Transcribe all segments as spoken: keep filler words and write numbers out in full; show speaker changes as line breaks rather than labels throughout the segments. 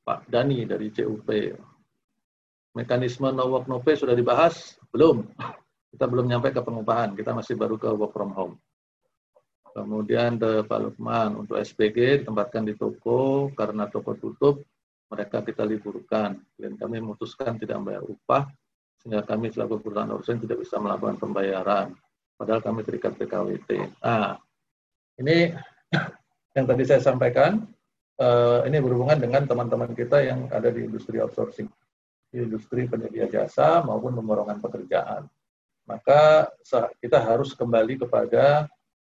Pak Dani dari C U P. Mekanisme no work no pay sudah dibahas? Belum. Kita belum nyampe ke pengupahan, kita masih baru ke work from home. Kemudian ke Pak Lukman, untuk S P G ditempatkan di toko, karena toko tutup, mereka kita liburkan. Dan kami memutuskan tidak membayar upah, sehingga kami selaku perusahaan outsourcing tidak bisa melakukan pembayaran. Padahal kami terikat P K W T. Nah, ini yang tadi saya sampaikan, uh, ini berhubungan dengan teman-teman kita yang ada di industri outsourcing, di industri penyedia jasa maupun pemborongan pekerjaan. Maka kita harus kembali kepada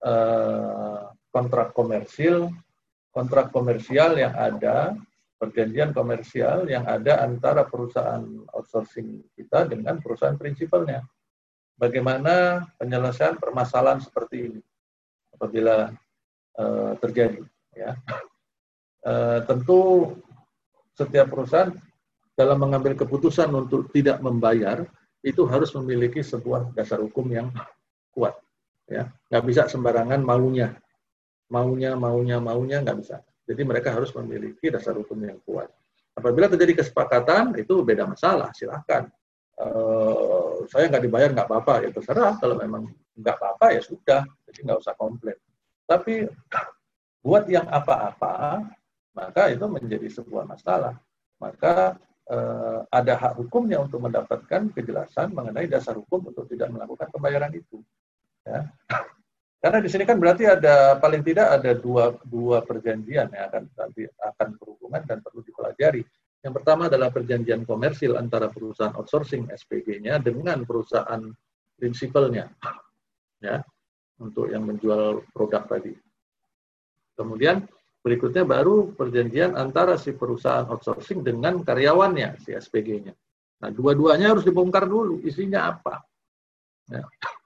uh, kontrak komersil, kontrak komersial yang ada, perjanjian komersial yang ada antara perusahaan outsourcing kita dengan perusahaan prinsipalnya. Bagaimana penyelesaian permasalahan seperti ini apabila uh, terjadi. Ya. Uh, tentu setiap perusahaan dalam mengambil keputusan untuk tidak membayar itu harus memiliki sebuah dasar hukum yang kuat. Ya, nggak bisa sembarangan maunya, maunya, maunya, maunya nggak bisa. Jadi mereka harus memiliki dasar hukum yang kuat. Apabila terjadi kesepakatan itu beda masalah, silahkan. Uh, saya nggak dibayar nggak apa-apa, ya terserah. Kalau memang nggak apa-apa ya sudah, jadi nggak usah komplain. Tapi buat yang apa-apa, maka itu menjadi sebuah masalah. Maka Uh, ada hak hukumnya untuk mendapatkan kejelasan mengenai dasar hukum untuk tidak melakukan pembayaran itu. Ya. Karena di sini kan berarti ada paling tidak ada dua dua perjanjian yang akan nanti akan berhubungan dan perlu dipelajari. Yang pertama adalah perjanjian komersil antara perusahaan outsourcing S P G-nya dengan perusahaan prinsipalnya, ya, untuk yang menjual produk tadi. Kemudian berikutnya baru perjanjian antara si perusahaan outsourcing dengan karyawannya, si S P G-nya. Nah, dua-duanya harus dibongkar dulu, isinya apa. Ya.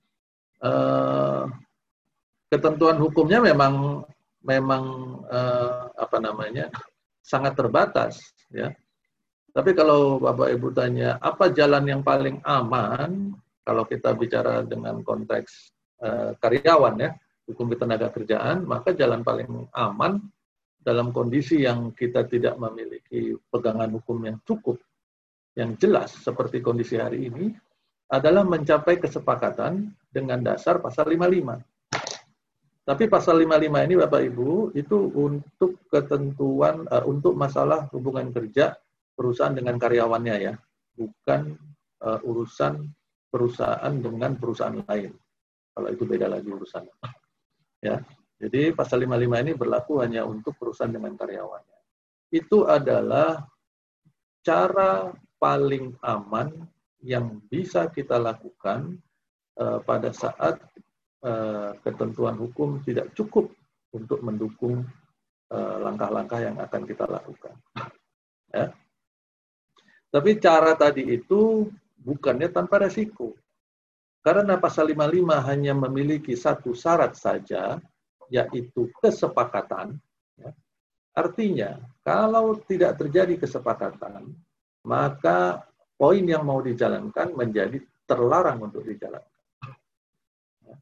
Uh, ketentuan hukumnya memang memang uh, apa namanya sangat terbatas, ya. Tapi kalau Bapak Ibu tanya apa jalan yang paling aman, kalau kita bicara dengan konteks uh, karyawan, ya, hukum ketenaga kerjaan, maka jalan paling aman dalam kondisi yang kita tidak memiliki pegangan hukum yang cukup, yang jelas seperti kondisi hari ini, adalah mencapai kesepakatan dengan dasar pasal lima puluh lima. Tapi pasal lima puluh lima ini Bapak Ibu, itu untuk ketentuan, uh, untuk masalah hubungan kerja perusahaan dengan karyawannya, ya, bukan uh, urusan perusahaan dengan perusahaan lain. Kalau itu beda lagi urusannya. Ya. Jadi pasal lima puluh lima ini berlaku hanya untuk perusahaan dengan karyawannya. Itu adalah cara paling aman yang bisa kita lakukan uh, pada saat uh, ketentuan hukum tidak cukup untuk mendukung langkah-langkah uh, yang akan kita lakukan. Ya. Tapi cara tadi itu bukannya tanpa resiko. Karena pasal lima puluh lima hanya memiliki satu syarat saja, yaitu kesepakatan. Ya. Artinya, kalau tidak terjadi kesepakatan, maka poin yang mau dijalankan menjadi terlarang untuk dijalankan. Ya.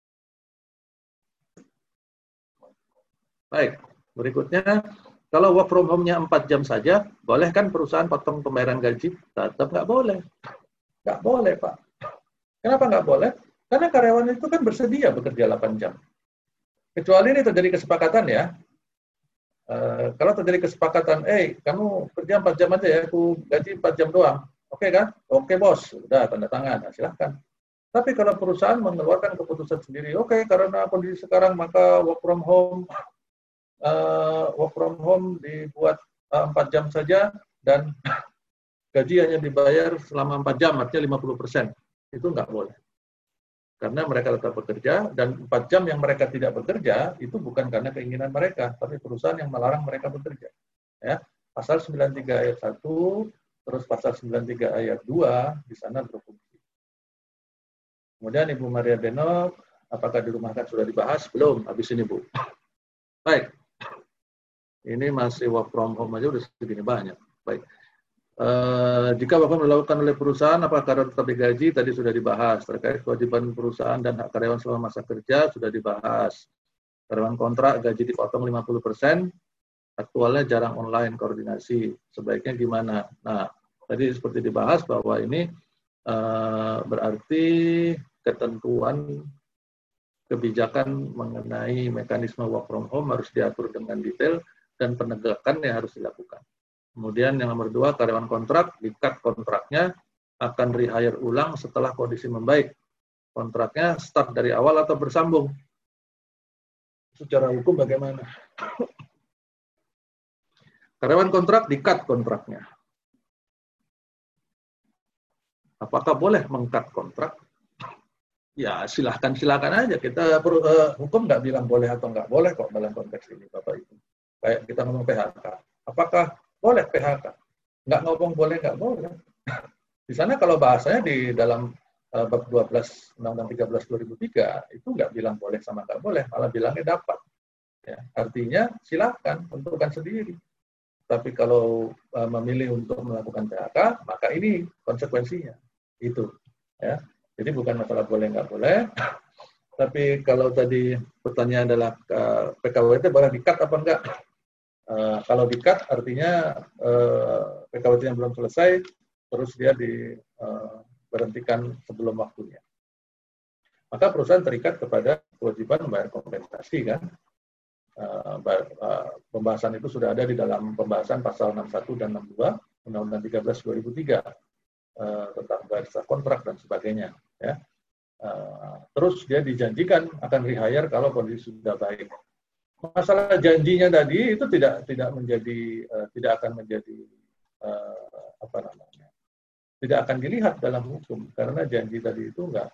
Baik, berikutnya, kalau work from home-nya empat jam saja, boleh kan perusahaan potong pembayaran gaji? Tetap nggak boleh. Nggak boleh, Pak. Kenapa nggak boleh? Karena karyawan itu kan bersedia bekerja delapan jam. Kecuali ini terjadi kesepakatan, ya. Uh, kalau terjadi kesepakatan, eh, kamu kerja empat jam aja ya, aku gaji empat jam doang. Oke kan? Oke bos, udah tanda tangan, nah, silahkan. Tapi kalau perusahaan mengeluarkan keputusan sendiri, oke, karena kondisi sekarang maka work from home, uh, work from home dibuat uh, empat jam saja dan gaji hanya dibayar selama empat jam, artinya lima puluh persen. Itu nggak boleh. Karena mereka tetap bekerja, dan empat jam yang mereka tidak bekerja, itu bukan karena keinginan mereka, tapi perusahaan yang melarang mereka bekerja. Ya, pasal sembilan puluh tiga ayat satu, terus pasal sembilan puluh tiga ayat dua, di sana berfungsi. Kemudian Ibu Maria Denok, apakah dirumahkan sudah dibahas? Belum, habis ini Bu. Baik, ini masih work from home aja udah segini banyak. Baik. Uh, jika bahkan dilakukan oleh perusahaan, apakah karyawan tetap digaji? Tadi sudah dibahas. Terkait kewajiban perusahaan dan hak karyawan selama masa kerja sudah dibahas. Karyawan kontrak gaji dipotong lima puluh persen, aktualnya jarang online koordinasi, sebaiknya gimana? Nah, tadi seperti dibahas bahwa ini uh, berarti ketentuan kebijakan mengenai mekanisme work from home harus diatur dengan detail dan penegakannya harus dilakukan. Kemudian yang nomor dua, karyawan kontrak, di-cut kontraknya, akan rehire ulang setelah kondisi membaik. Kontraknya start dari awal atau bersambung? Secara hukum bagaimana? Karyawan kontrak, di-cut kontraknya. Apakah boleh meng-cut kontrak? Ya, silahkan-silahkan aja. Kita uh, hukum nggak bilang boleh atau nggak boleh kok dalam konteks ini, Bapak Ibu. Kayak kita ngomong P H K. Apakah boleh P H K? Nggak ngomong boleh, nggak boleh. Di sana kalau bahasanya di dalam uh, bab dua belas Undang-Undang tiga belas dua ribu tiga itu nggak bilang boleh sama nggak boleh, malah bilangnya dapat. Ya, artinya silahkan, tentukan sendiri. Tapi kalau uh, memilih untuk melakukan P H K, maka ini konsekuensinya. Itu. Ya. Jadi bukan masalah boleh nggak boleh. Tapi kalau tadi pertanyaan adalah uh, P K W T boleh di-cut apa enggak? Uh, kalau di-cut artinya uh, P K W T yang belum selesai, terus dia diberhentikan uh, sebelum waktunya. Maka perusahaan terikat kepada kewajiban membayar kompensasi kan. Uh, uh, pembahasan itu sudah ada di dalam pembahasan pasal enam puluh satu dan enam puluh dua Undang-Undang tiga belas dua ribu tiga uh, tentang bayar kontrak dan sebagainya. Ya. Uh, terus dia dijanjikan akan rehire kalau kondisi sudah baik. Masalah janjinya tadi itu tidak tidak menjadi uh, tidak akan menjadi uh, apa namanya tidak akan dilihat dalam hukum karena janji tadi itu enggak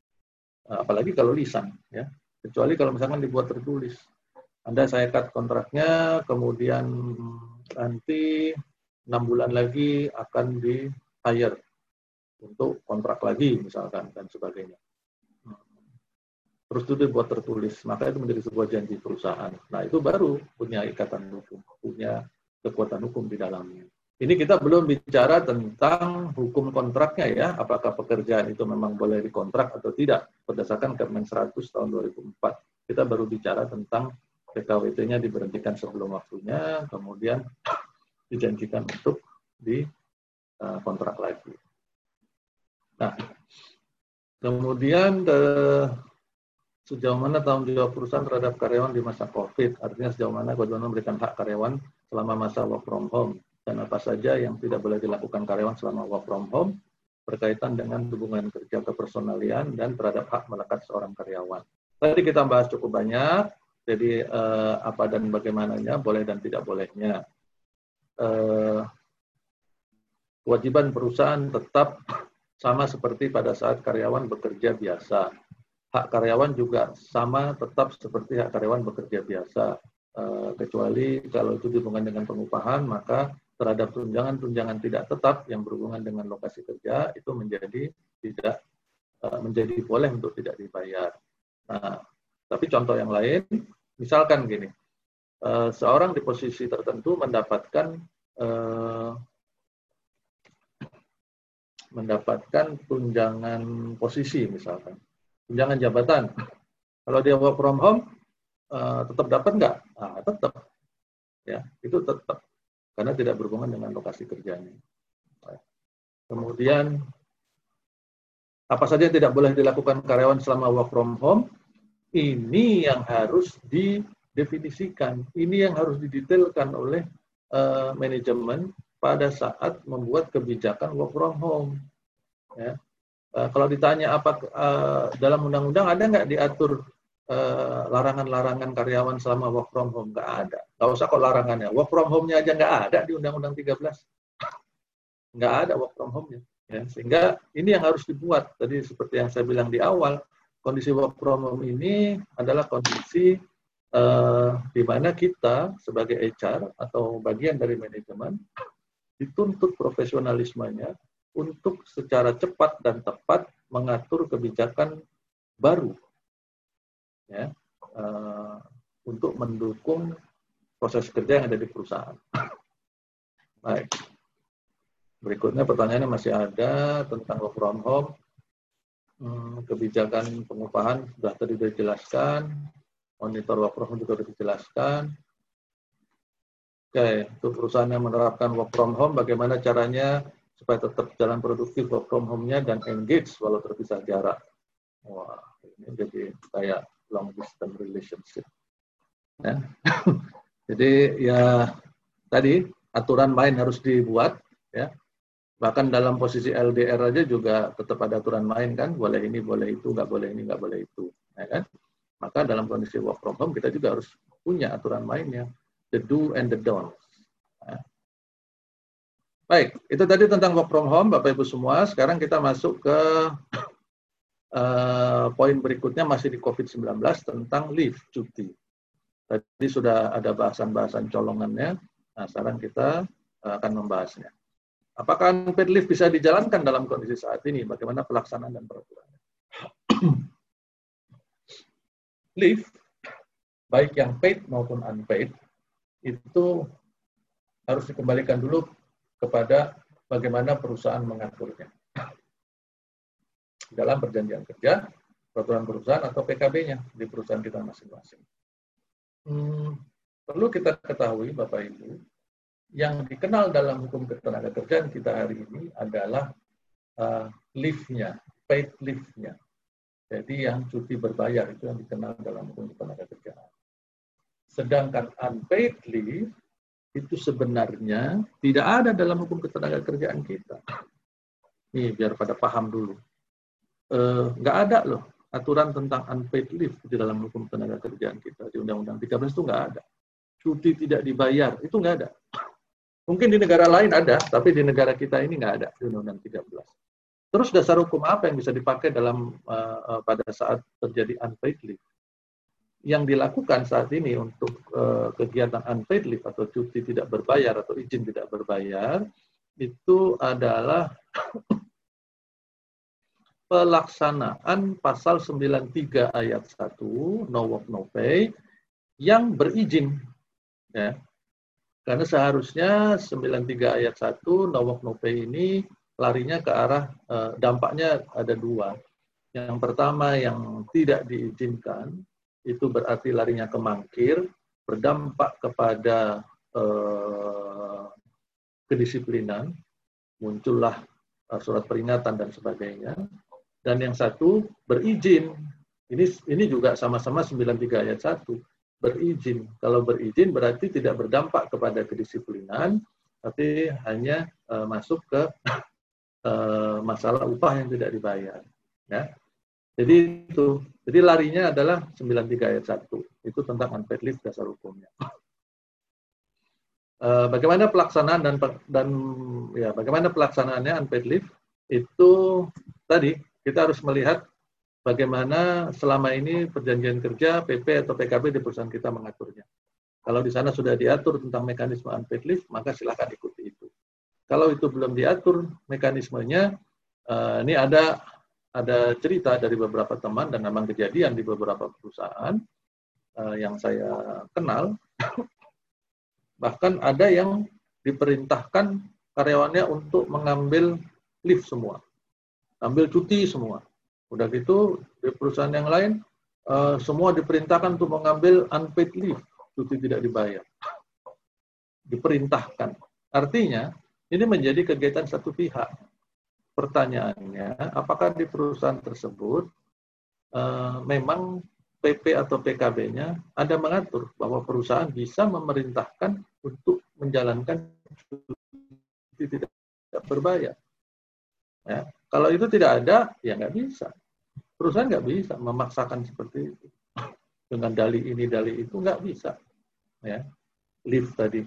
uh, apalagi kalau lisan ya, kecuali kalau misalkan dibuat tertulis. Anda saya cut kontraknya, kemudian nanti enam bulan lagi akan di hire untuk kontrak lagi misalkan dan sebagainya. Terus itu dibuat tertulis, maka itu menjadi sebuah janji perusahaan. Nah itu baru punya ikatan hukum, punya kekuatan hukum di dalamnya. Ini kita belum bicara tentang hukum kontraknya ya, apakah pekerjaan itu memang boleh dikontrak atau tidak berdasarkan Permen seratus tahun dua ribu empat. Kita baru bicara tentang P K W T-nya diberhentikan sebelum waktunya, kemudian dijanjikan untuk di uh, kontrak lagi. Nah, kemudian uh, sejauh mana tanggung jawab perusahaan terhadap karyawan di masa COVID? Artinya sejauh mana kewajiban memberikan hak karyawan selama masa work from home? Dan apa saja yang tidak boleh dilakukan karyawan selama work from home berkaitan dengan hubungan kerja kepersonalian dan terhadap hak melekat seorang karyawan. Tadi kita bahas cukup banyak, jadi eh, apa dan bagaimananya, boleh dan tidak bolehnya. Eh, kewajiban perusahaan tetap sama seperti pada saat karyawan bekerja biasa. Hak karyawan juga sama tetap seperti hak karyawan bekerja biasa. Uh, kecuali kalau itu dihubungkan dengan pengupahan, maka terhadap tunjangan-tunjangan tidak tetap yang berhubungan dengan lokasi kerja itu menjadi tidak uh, menjadi boleh untuk tidak dibayar. Nah, tapi contoh yang lain, misalkan gini, uh, seorang di posisi tertentu mendapatkan uh, mendapatkan tunjangan posisi misalkan. Tunjangan jabatan. Kalau dia work from home, uh, tetap dapat nggak? Nah, tetap. Ya, itu tetap. Karena tidak berhubungan dengan lokasi kerjanya. Kemudian, apa saja yang tidak boleh dilakukan karyawan selama work from home, ini yang harus didefinisikan. Ini yang harus didetailkan oleh uh, manajemen pada saat membuat kebijakan work from home. Ya. Uh, kalau ditanya apa uh, dalam undang-undang ada nggak diatur larangan-larangan uh, karyawan selama work from home? Nggak ada. Nggak usah kok larangannya. Work from home-nya aja nggak ada di Undang-Undang tiga belas. Nggak ada work from home-nya. Ya, sehingga ini yang harus dibuat. Tadi seperti yang saya bilang di awal, kondisi work from home ini adalah kondisi uh, di mana kita sebagai H R atau bagian dari manajemen dituntut profesionalismenya untuk secara cepat dan tepat mengatur kebijakan baru, ya, uh, untuk mendukung proses kerja yang ada di perusahaan. Baik. Berikutnya pertanyaannya masih ada tentang work from home. Hmm, kebijakan pengupahan sudah tadi dijelaskan, monitor work from home juga sudah dijelaskan. Oke, untuk perusahaan yang menerapkan work from home, bagaimana caranya supaya tetap jalan produktif work from home-nya dan engage walau terpisah jarak. Wah, ini jadi kayak long distance relationship. Ya. Jadi ya tadi aturan main harus dibuat, ya. Bahkan dalam posisi L D R aja juga tetap ada aturan main kan, boleh ini, boleh itu, nggak boleh ini, nggak boleh itu, ya kan? Maka dalam kondisi work from home kita juga harus punya aturan mainnya, the do and the don't. Ya. Baik, itu tadi tentang work from home, Bapak Ibu semua. Sekarang kita masuk ke uh, poin berikutnya, masih di COVID sembilan belas, tentang leave, cuti. Tadi sudah ada bahasan-bahasan colongannya, nah sekarang kita uh, akan membahasnya. Apakah unpaid leave bisa dijalankan dalam kondisi saat ini? Bagaimana pelaksanaan dan peraturannya? Leave, baik yang paid maupun unpaid, itu harus dikembalikan dulu kepada bagaimana perusahaan mengaturnya. Dalam perjanjian kerja, peraturan perusahaan atau P K B-nya di perusahaan kita masing-masing. Hmm, perlu kita ketahui, Bapak Ibu, yang dikenal dalam hukum ketenagakerjaan kita hari ini adalah uh, leave-nya, paid leave-nya. Jadi yang cuti berbayar itu yang dikenal dalam hukum ketenagakerjaan. Sedangkan unpaid leave itu sebenarnya tidak ada dalam hukum ketenagakerjaan kita. Nih biar pada paham dulu. Uh, nggak ada loh aturan tentang unpaid leave di dalam hukum ketenagakerjaan kita. Di Undang-Undang tiga belas itu nggak ada. Cuti tidak dibayar, itu nggak ada. Mungkin di negara lain ada, tapi di negara kita ini nggak ada di Undang-Undang tiga belas. Terus dasar hukum apa yang bisa dipakai dalam uh, pada saat terjadi unpaid leave? Yang dilakukan saat ini untuk uh, kegiatan unpaid leave atau cuti tidak berbayar atau izin tidak berbayar itu adalah pelaksanaan pasal sembilan puluh tiga ayat satu no work no pay yang berizin, ya. Karena seharusnya sembilan puluh tiga ayat satu no work no pay ini larinya ke arah eh, dampaknya ada dua. Yang pertama yang tidak diizinkan itu berarti larinya ke mangkir, berdampak kepada eh, kedisiplinan, muncullah eh, surat peringatan dan sebagainya. Dan yang satu berizin. Ini ini juga sama-sama sembilan puluh tiga ayat satu. Berizin. Kalau berizin berarti tidak berdampak kepada kedisiplinan, tapi hanya uh, masuk ke uh, masalah upah yang tidak dibayar. Ya. Jadi itu. Jadi larinya adalah sembilan puluh tiga ayat satu. Itu tentang unpaid leave dasar hukumnya. Uh, bagaimana pelaksanaan dan dan ya bagaimana pelaksanaannya unpaid leave? Itu tadi kita harus melihat bagaimana selama ini perjanjian kerja, P P atau P K B di perusahaan kita mengaturnya. Kalau di sana sudah diatur tentang mekanisme unpaid leave, maka silakan ikuti itu. Kalau itu belum diatur mekanismenya, uh, ini ada ada cerita dari beberapa teman dan memang kejadian di beberapa perusahaan uh, yang saya kenal. Bahkan ada yang diperintahkan karyawannya untuk mengambil leave semua, ambil cuti semua. Udah gitu, di perusahaan yang lain, uh, semua diperintahkan untuk mengambil unpaid leave, cuti tidak dibayar. Diperintahkan. Artinya, ini menjadi kegiatan satu pihak. Pertanyaannya, apakah di perusahaan tersebut uh, memang P P atau P K B-nya ada mengatur bahwa perusahaan bisa memerintahkan untuk menjalankan cuti tidak berbayar? Ya. Kalau itu tidak ada, ya nggak bisa. Perusahaan nggak bisa memaksakan seperti itu. Dengan dalih ini, dalih itu, nggak bisa. Ya. Leave tadi.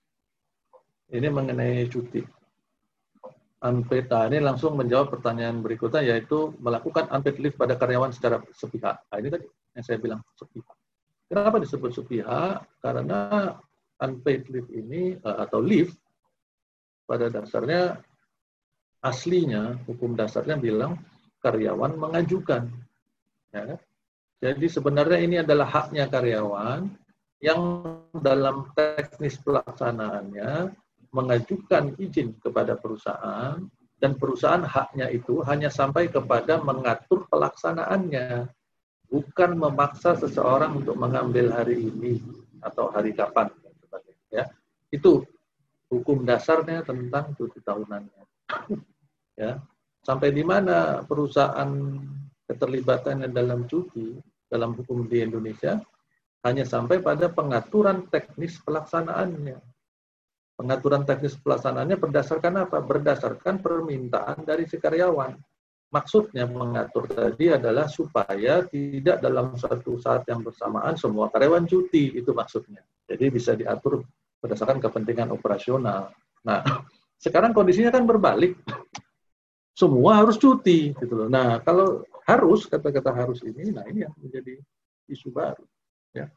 Ini mengenai cuti. Unpaid, nah ini langsung menjawab pertanyaan berikutnya, yaitu melakukan unpaid leave pada karyawan secara sepihak. Nah, ini tadi yang saya bilang sepihak. Kenapa disebut sepihak? Karena unpaid leave ini, atau leave, pada dasarnya aslinya, hukum dasarnya bilang karyawan mengajukan. Ya. Jadi sebenarnya ini adalah haknya karyawan yang dalam teknis pelaksanaannya mengajukan izin kepada perusahaan dan perusahaan haknya itu hanya sampai kepada mengatur pelaksanaannya, bukan memaksa seseorang untuk mengambil hari ini atau hari kapan. Ya. Itu hukum dasarnya tentang cuti tahunannya. Ya, sampai di mana perusahaan keterlibatannya dalam cuti dalam hukum di Indonesia hanya sampai pada pengaturan teknis pelaksanaannya. Pengaturan teknis pelaksanaannya berdasarkan apa? Berdasarkan permintaan dari si karyawan. Maksudnya mengatur tadi adalah supaya tidak dalam satu saat yang bersamaan semua karyawan cuti, itu maksudnya. Jadi bisa diatur berdasarkan kepentingan operasional. Nah, sekarang kondisinya kan berbalik. Semua harus cuti gitu loh. Nah, kalau harus, kata-kata harus ini, nah ini yang menjadi isu baru, ya.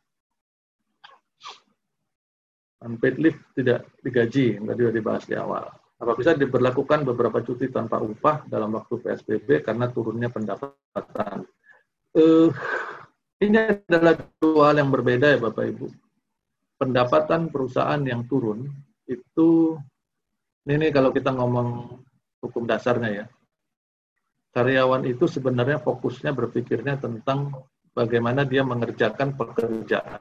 Unpaid leave tidak digaji, tadi sudah dibahas di awal. Apa bisa diberlakukan beberapa cuti tanpa upah dalam waktu P S B B karena turunnya pendapatan? Uh, ini adalah dua hal yang berbeda ya Bapak Ibu. Pendapatan perusahaan yang turun itu, ini kalau kita ngomong hukum dasarnya ya, karyawan itu sebenarnya fokusnya berpikirnya tentang bagaimana dia mengerjakan pekerjaan.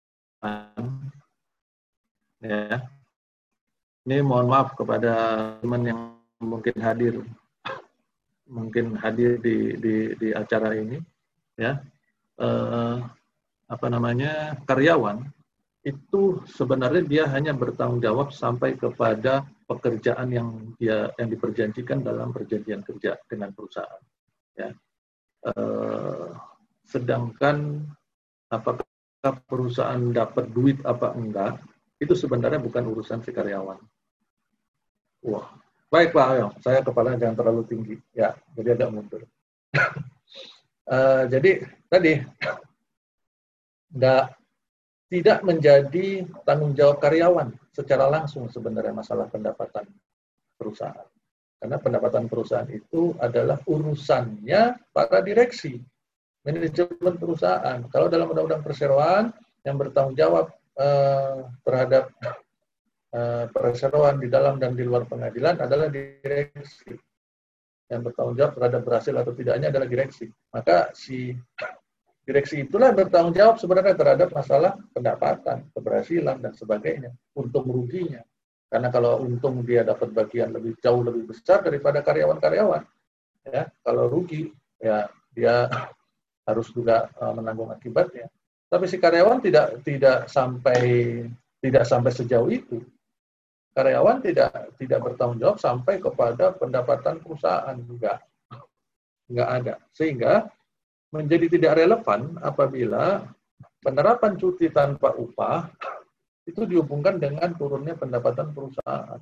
Ya, ini mohon maaf kepada teman yang mungkin hadir, mungkin hadir di di, di acara ini, ya, eh, apa namanya karyawan itu sebenarnya dia hanya bertanggung jawab sampai kepada pekerjaan yang dia yang diperjanjikan dalam perjanjian kerja dengan perusahaan, ya. Eh, sedangkan apakah perusahaan dapat duit apa enggak, itu sebenarnya bukan urusan si karyawan. Wah, baik Pak Ayo, saya kepalanya jangan terlalu tinggi, ya, jadi agak mundur. uh, jadi tadi enggak, tidak menjadi tanggung jawab karyawan secara langsung sebenarnya masalah pendapatan perusahaan. Karena pendapatan perusahaan itu adalah urusannya para direksi, manajemen perusahaan. Kalau dalam undang-undang perseroan yang bertanggung jawab eh, terhadap eh, perseroan di dalam dan di luar pengadilan adalah direksi. Yang bertanggung jawab terhadap berhasil atau tidaknya adalah direksi. Maka si direksi itulah yang bertanggung jawab sebenarnya terhadap masalah pendapatan, keberhasilan, dan sebagainya, untung ruginya. Karena kalau untung dia dapat bagian lebih jauh lebih besar daripada karyawan-karyawan, ya. Kalau rugi, ya dia harus juga uh, menanggung akibatnya. Tapi si karyawan tidak tidak sampai tidak sampai sejauh itu. Karyawan tidak tidak bertanggung jawab sampai kepada pendapatan perusahaan, juga nggak ada. Sehingga menjadi tidak relevan apabila penerapan cuti tanpa upah itu dihubungkan dengan turunnya pendapatan perusahaan.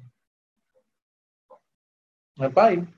Ngapain?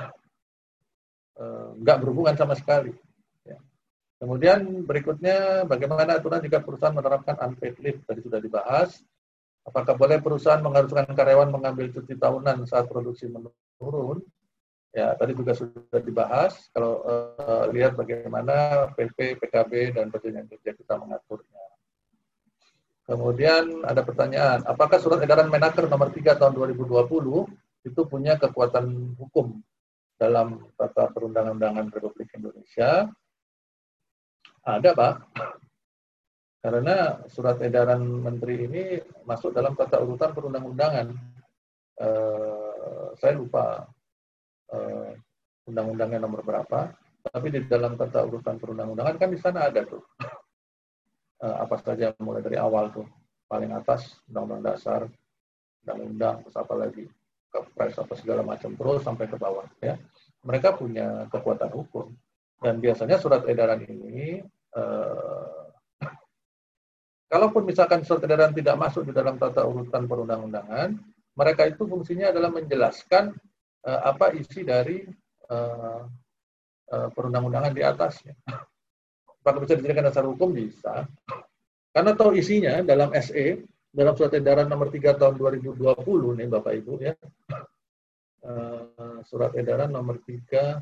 Nggak berhubungan sama sekali. Ya. Kemudian berikutnya, bagaimana aturan jika perusahaan menerapkan unpaid leave? Tadi sudah dibahas. Apakah boleh perusahaan mengharuskan karyawan mengambil cuti tahunan saat produksi menurun? Ya, tadi juga sudah dibahas. Kalau uh, lihat bagaimana P P, P K B, dan perjanjian kerja kita mengaturnya. Kemudian ada pertanyaan, apakah surat edaran Menaker nomor tiga tahun dua ribu dua puluh itu punya kekuatan hukum dalam tata perundang-undangan Republik Indonesia? Ada, Pak. Karena surat edaran Menteri ini masuk dalam tata urutan perundang-undangan. Eh, saya lupa eh, undang-undangnya nomor berapa, tapi di dalam tata urutan perundang-undangan kan di sana ada tuh. Apa saja mulai dari awal tuh, paling atas undang-undang dasar, undang-undang, terus apa lagi, kepres apa segala macam, terus sampai ke bawah, ya. Mereka punya kekuatan hukum, dan biasanya surat edaran ini eh, kalaupun misalkan surat edaran tidak masuk di dalam tata urutan perundang-undangan, mereka itu fungsinya adalah menjelaskan eh, apa isi dari eh, eh, perundang-undangan di atasnya. Apakah bisa dijadikan dasar hukum? Bisa. Karena tahu isinya dalam S E, dalam surat edaran nomor tiga tahun dua ribu dua puluh nih Bapak Ibu, ya. Uh, surat edaran nomor tiga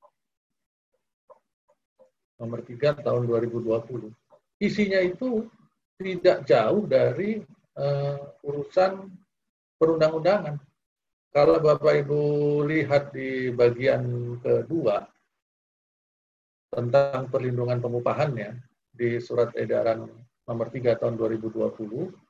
nomor tiga tahun dua ribu dua puluh. Isinya itu tidak jauh dari uh, urusan perundang-undangan. Kalau Bapak Ibu lihat di bagian kedua tentang perlindungan pengupahannya di surat edaran nomor tiga tahun dua ribu dua puluh,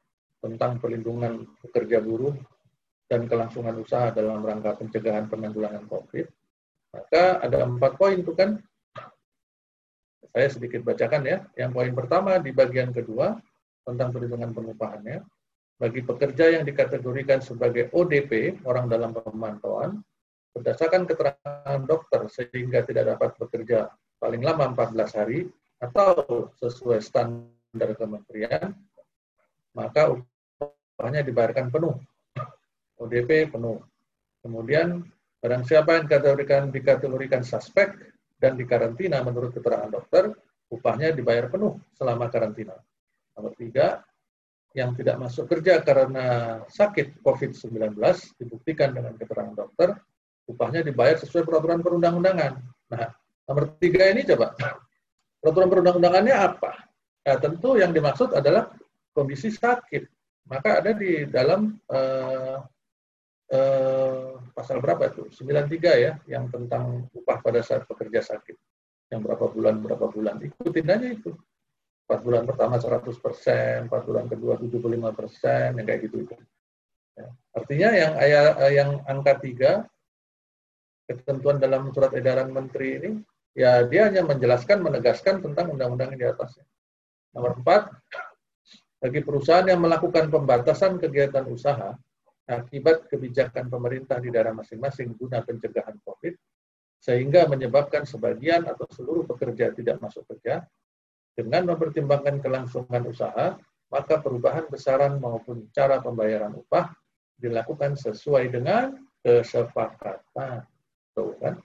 tentang perlindungan pekerja buruh dan kelangsungan usaha dalam rangka pencegahan penanggulangan COVID, maka ada empat poin itu kan. Saya sedikit bacakan ya. Yang poin pertama di bagian kedua tentang perlindungan pengupahannya, bagi pekerja yang dikategorikan sebagai O D P, orang dalam pemantauan, berdasarkan keterangan dokter sehingga tidak dapat bekerja paling lama empat belas hari atau sesuai standar kementerian, maka upahnya dibayarkan penuh. O D P penuh. Kemudian barang siapa yang dikategorikan, dikategorikan suspek dan dikarantina menurut keterangan dokter, upahnya dibayar penuh selama karantina. Nomor tiga, yang tidak masuk kerja karena sakit COVID sembilan belas dibuktikan dengan keterangan dokter, upahnya dibayar sesuai peraturan perundang-undangan. Nah, nomor tiga ini coba, peraturan perundang-undangannya apa? Nah, tentu yang dimaksud adalah kondisi sakit. Maka ada di dalam eh, eh, pasal berapa itu? sembilan puluh tiga ya, yang tentang upah pada saat pekerja sakit. Yang berapa bulan, berapa bulan. Ikutin aja itu. empat bulan pertama seratus persen, empat bulan kedua tujuh puluh lima persen, yang kayak gitu. Ya. Artinya yang ayat yang angka tiga, ketentuan dalam surat edaran menteri ini, ya dia hanya menjelaskan, menegaskan tentang undang-undang yang di atasnya. Nomor empat, bagi perusahaan yang melakukan pembatasan kegiatan usaha akibat kebijakan pemerintah di daerah masing-masing guna pencegahan COVID, sehingga menyebabkan sebagian atau seluruh pekerja tidak masuk kerja, dengan mempertimbangkan kelangsungan usaha, maka perubahan besaran maupun cara pembayaran upah dilakukan sesuai dengan kesepakatan. Tuh, kan?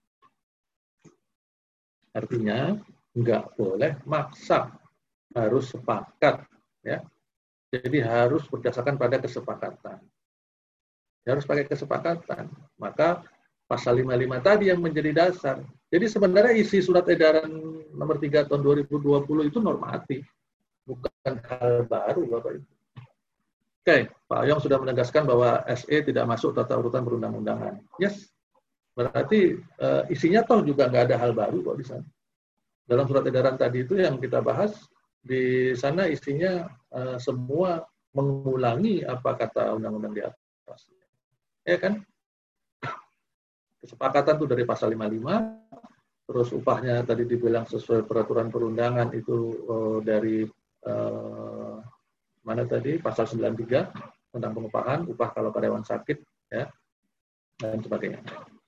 Artinya, nggak boleh maksa, harus sepakat. Ya. Jadi harus berdasarkan pada kesepakatan. Harus pakai kesepakatan. Maka pasal lima puluh lima tadi yang menjadi dasar. Jadi sebenarnya isi surat edaran nomor tiga tahun dua ribu dua puluh itu normatif. Bukan hal baru, Bapak Ibu. Oke, Pak Ayong sudah menegaskan bahwa S E tidak masuk tata urutan perundang-undangan. Yes, berarti uh, isinya toh juga nggak ada hal baru kok di sana. Dalam surat edaran tadi itu yang kita bahas, di sana isinya uh, semua mengulangi apa kata undang-undang di atas. Ya kan? Kesepakatan itu dari pasal lima puluh lima, terus upahnya tadi dibilang sesuai peraturan perundangan itu uh, dari uh, mana tadi pasal sembilan puluh tiga tentang pengupahan, upah kalau karyawan sakit, ya, dan sebagainya.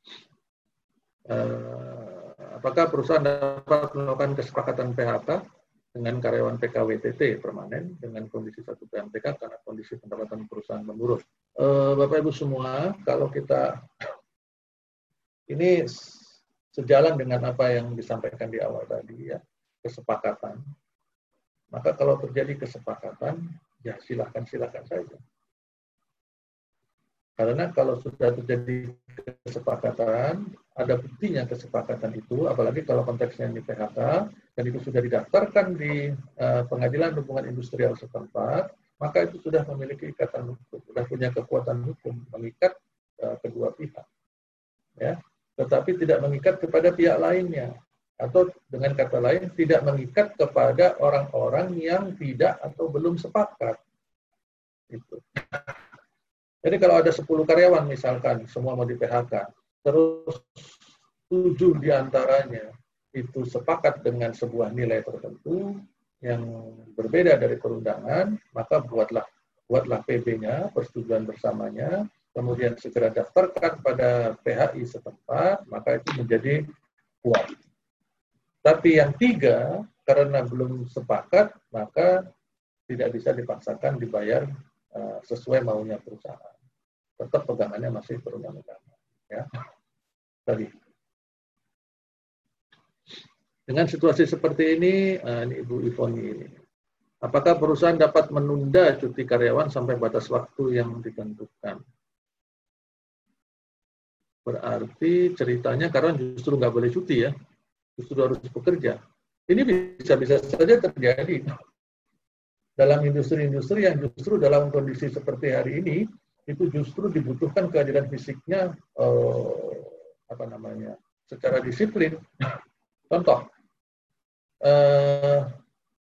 Uh, apakah perusahaan dapat melakukan kesepakatan P H K dengan karyawan P K W T T permanen dengan kondisi satu P M T K karena kondisi pendapatan perusahaan menurun? Uh, Bapak Ibu semua, kalau kita ini sejalan dengan apa yang disampaikan di awal tadi ya, kesepakatan. Maka kalau terjadi kesepakatan, ya silakan-silakan saja. Karena kalau sudah terjadi kesepakatan, ada buktinya kesepakatan itu, apalagi kalau konteksnya di P H K, dan itu sudah didaftarkan di uh, Pengadilan Hubungan Industrial setempat, maka itu sudah memiliki ikatan hukum, sudah punya kekuatan hukum, mengikat uh, kedua pihak. Ya. Tetapi tidak mengikat kepada pihak lainnya. Atau dengan kata lain, tidak mengikat kepada orang-orang yang tidak atau belum sepakat. Gitu. Jadi kalau ada sepuluh karyawan misalkan, semua mau di P H K, terus tujuh diantaranya itu sepakat dengan sebuah nilai tertentu yang berbeda dari perundangan, maka buatlah buatlah P B-nya, persetujuan bersamanya, kemudian segera daftarkan pada P H I setempat, maka itu menjadi kuat. Tapi yang tiga, karena belum sepakat, maka tidak bisa dipaksakan dibayar uh, sesuai maunya perusahaan. Tetap pegangannya masih perundang-undangan. Ya. Tadi. Dengan situasi seperti ini, uh, ini Ibu Ivoni ini, apakah perusahaan dapat menunda cuti karyawan sampai batas waktu yang ditentukan? Berarti ceritanya karena justru nggak boleh cuti ya, justru harus bekerja. Ini bisa-bisa saja terjadi dalam industri-industri yang justru dalam kondisi seperti hari ini, itu justru dibutuhkan kehadiran fisiknya, eh, apa namanya, secara disiplin. Contoh, eh,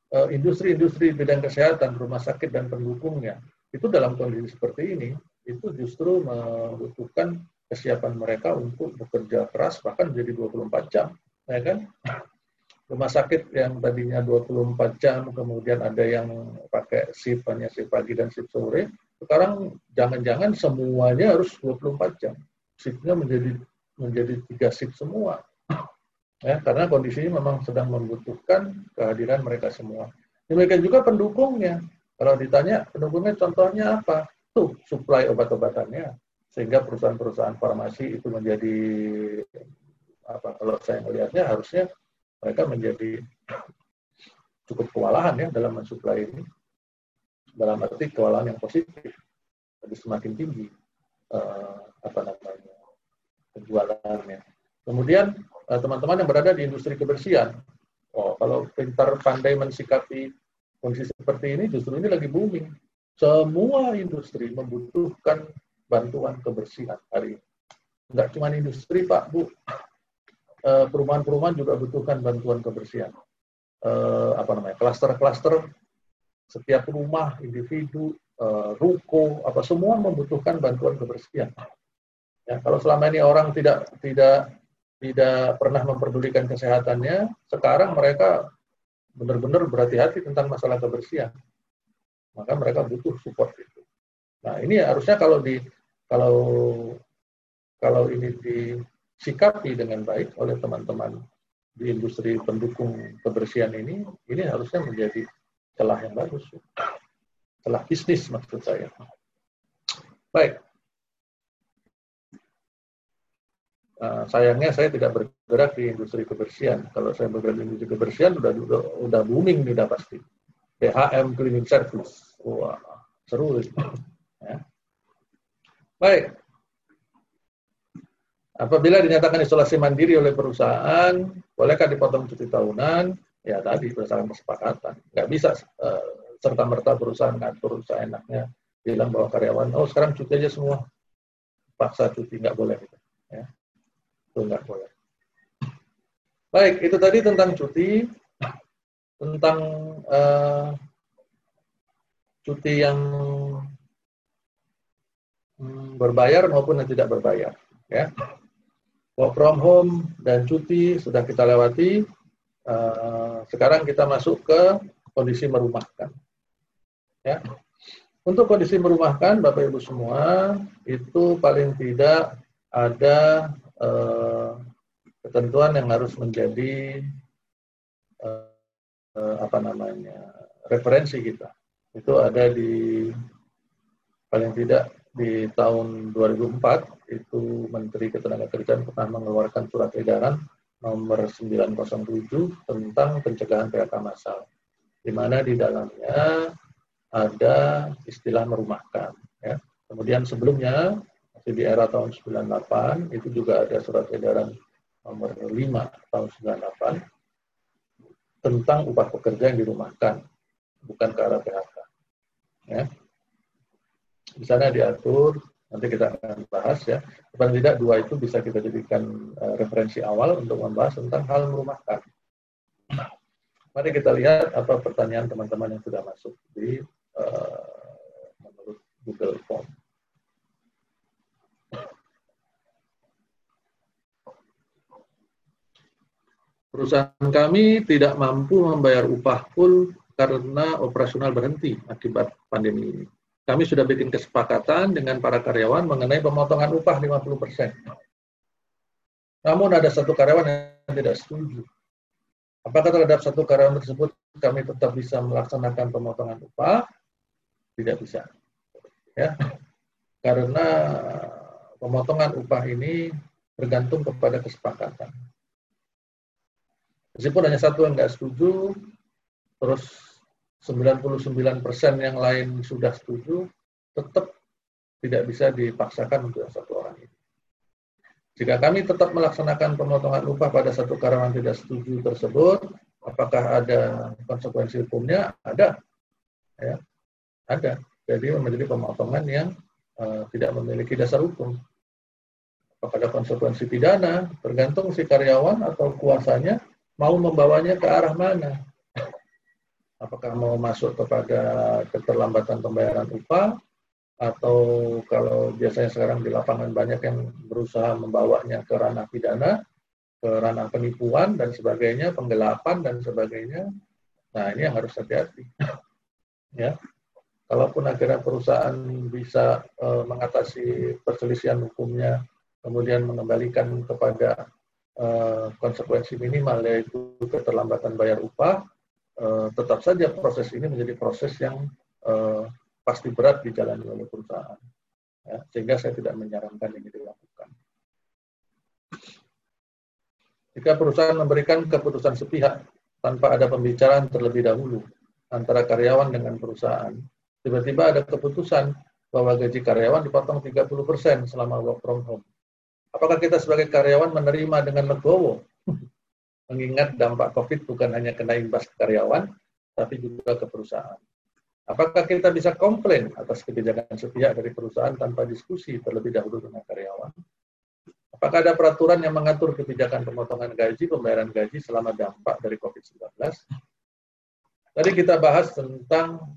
industri-industri bidang kesehatan, rumah sakit dan pendukungnya itu dalam kondisi seperti ini itu justru membutuhkan kesiapan mereka untuk bekerja keras bahkan menjadi dua puluh empat jam, ya kan? Rumah sakit yang tadinya dua puluh empat jam, kemudian ada yang pakai shift hanya shift pagi dan shift sore, sekarang jangan-jangan semuanya harus dua puluh empat jam. Shiftnya menjadi menjadi tiga shift semua. Ya, karena kondisinya memang sedang membutuhkan kehadiran mereka semua. Demikian juga pendukungnya. Kalau ditanya pendukungnya contohnya apa? Tuh, suplai obat-obatannya. Sehingga perusahaan-perusahaan farmasi itu menjadi apa? Kalau saya melihatnya harusnya mereka menjadi cukup kewalahan ya dalam mensuplai ini. Dalam arti kewalahan yang positif. Jadi semakin tinggi eh, apa namanya penjualannya. Kemudian teman-teman yang berada di industri kebersihan, oh, kalau pintar pandai mensikapi kondisi seperti ini, justru ini lagi booming. Semua industri membutuhkan bantuan kebersihan hari ini. Enggak cuma industri, Pak, Bu. Perumahan-perumahan juga butuhkan bantuan kebersihan. Apa namanya? Klaster-klaster, setiap rumah, individu, ruko, apa semua membutuhkan bantuan kebersihan. Ya, kalau selama ini orang tidak tidak tidak pernah memperdulikan kesehatannya, sekarang mereka benar-benar berhati-hati tentang masalah kebersihan. Maka mereka butuh support itu. Nah, ini harusnya kalau di kalau kalau ini disikapi dengan baik oleh teman-teman di industri pendukung kebersihan ini, ini harusnya menjadi celah yang bagus. Celah bisnis maksud saya. Baik. Uh, sayangnya saya tidak bergerak di industri kebersihan. Kalau saya bergerak di industri kebersihan udah udah, udah booming udah pasti. P H M cleaning service. Wah, seru itu. Ya. Baik. Apabila dinyatakan isolasi mandiri oleh perusahaan, bolehkah dipotong cuti tahunan? Ya tadi berdasarkan kesepakatan. Nggak bisa uh, serta-merta perusahaan ngatur seenaknya bilang bahwa karyawan, oh sekarang cuti aja semua. Paksa cuti, nggak boleh. Gitu. Ya. Itu nggak boleh. Baik, itu tadi tentang cuti, tentang uh, cuti yang hmm, berbayar maupun yang tidak berbayar. Ya. Work from home dan cuti sudah kita lewati. Uh, sekarang kita masuk ke kondisi merumahkan. Ya. Untuk kondisi merumahkan, Bapak Ibu semua, itu paling tidak ada uh, ketentuan yang harus menjadi uh, uh, apa namanya referensi kita. Itu ada di paling tidak di tahun dua ribu empat itu Menteri Ketenagakerjaan pernah mengeluarkan surat edaran nomor sembilan nol tujuh tentang pencegahan P H K massal, di mana di dalamnya ada istilah merumahkan. Ya. Kemudian sebelumnya masih di era tahun sembilan puluh delapan itu juga ada surat edaran nomor lima tahun sembilan puluh delapan tentang upah pekerja yang dirumahkan, bukan ke arah P H K. Ya. Di sana diatur, nanti kita akan bahas ya. Paling tidak dua itu bisa kita jadikan uh, referensi awal untuk membahas tentang hal merumahkan. Nah, mari kita lihat apa pertanyaan teman-teman yang sudah masuk di uh, menurut Google Form. Perusahaan kami tidak mampu membayar upah full karena operasional berhenti akibat pandemi ini. Kami sudah bikin kesepakatan dengan para karyawan mengenai pemotongan upah lima puluh persen. Namun ada satu karyawan yang tidak setuju. Apakah terhadap satu karyawan tersebut kami tetap bisa melaksanakan pemotongan upah? Tidak bisa. Ya. Karena pemotongan upah ini bergantung kepada kesepakatan. Meskipun hanya satu yang nggak setuju, terus sembilan puluh sembilan persen yang lain sudah setuju, tetap tidak bisa dipaksakan untuk yang satu orang ini. Jika kami tetap melaksanakan pemotongan upah pada satu karyawan tidak setuju tersebut, apakah ada konsekuensi hukumnya? Ada. Ya, ada. Jadi menjadi pemotongan yang uh, tidak memiliki dasar hukum. Apakah ada konsekuensi pidana? Tergantung si karyawan atau kuasanya mau membawanya ke arah mana. Apakah mau masuk kepada keterlambatan pembayaran upah, atau kalau biasanya sekarang di lapangan banyak yang berusaha membawanya ke ranah pidana, ke ranah penipuan dan sebagainya, penggelapan dan sebagainya. Nah, ini yang harus hati-hati. Ya. Kalaupun akhirnya perusahaan bisa uh, mengatasi perselisihan hukumnya, kemudian mengembalikan kepada uh, konsekuensi minimal, yaitu keterlambatan bayar upah, uh, tetap saja proses ini menjadi proses yang uh, pasti berat dijalani oleh perusahaan. Ya, sehingga saya tidak menyarankan ini dilakukan. Jika perusahaan memberikan keputusan sepihak tanpa ada pembicaraan terlebih dahulu antara karyawan dengan perusahaan, tiba-tiba ada keputusan bahwa gaji karyawan dipotong tiga puluh persen selama work from home. Apakah kita sebagai karyawan menerima dengan legowo? Mengingat dampak COVID bukan hanya kena imbas ke karyawan, tapi juga ke perusahaan. Apakah kita bisa komplain atas kebijakan sepihak dari perusahaan tanpa diskusi terlebih dahulu dengan karyawan? Apakah ada peraturan yang mengatur kebijakan pemotongan gaji, pembayaran gaji selama dampak dari COVID sembilan belas? Tadi kita bahas tentang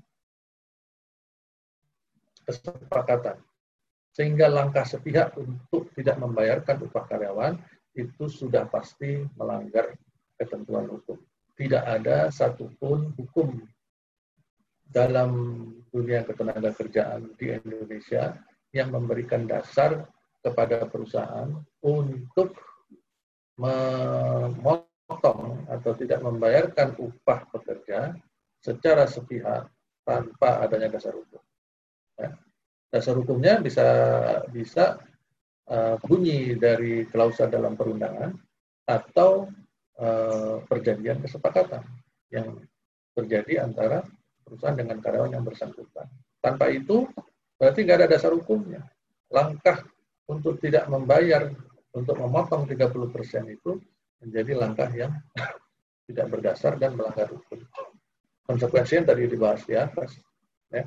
kesepakatan, sehingga langkah sepihak untuk tidak membayarkan upah karyawan itu sudah pasti melanggar ketentuan hukum. Tidak ada satupun hukum dalam dunia ketenagakerjaan di Indonesia yang memberikan dasar kepada perusahaan untuk memotong atau tidak membayarkan upah pekerja secara sepihak tanpa adanya dasar hukum. Ya. Dasar hukumnya bisa bisa uh, bunyi dari klausa dalam perundangan atau uh, perjanjian kesepakatan yang terjadi antara perusahaan dengan karyawan yang bersangkutan. Tanpa itu berarti nggak ada dasar hukumnya. Langkah untuk tidak membayar, untuk memotong tiga puluh persen itu menjadi langkah yang tidak berdasar dan melanggar hukum. Konsekuensinya tadi dibahas di atas. Ya.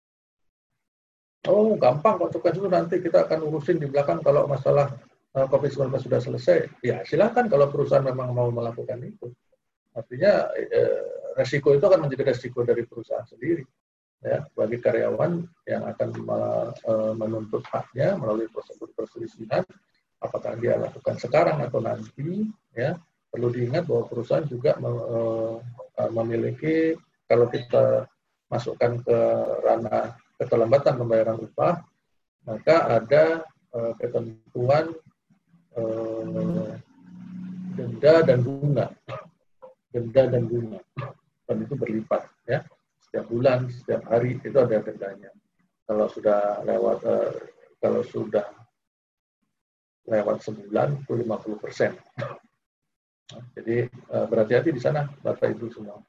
Oh, gampang konsekuensi itu nanti kita akan urusin di belakang kalau masalah uh, COVID sembilan belas sudah selesai. Ya, silakan kalau perusahaan memang mau melakukan itu. Artinya eh, resiko itu akan menjadi resiko dari perusahaan sendiri. Ya, bagi karyawan yang akan uh, menuntut haknya melalui prosedur perselisihan, apakah dia lakukan sekarang atau nanti, ya, perlu diingat bahwa perusahaan juga uh, memiliki, kalau kita masukkan ke ranah keterlambatan pembayaran upah, maka ada uh, ketentuan uh, denda dan bunga, denda dan bunga, dan itu berlipat, ya, setiap bulan, setiap hari itu ada dendanya. Kalau sudah lewat, uh, kalau sudah lewat sebulan itu lima puluh persen. Jadi uh, berhati-hati di sana, Bapak Ibu semua.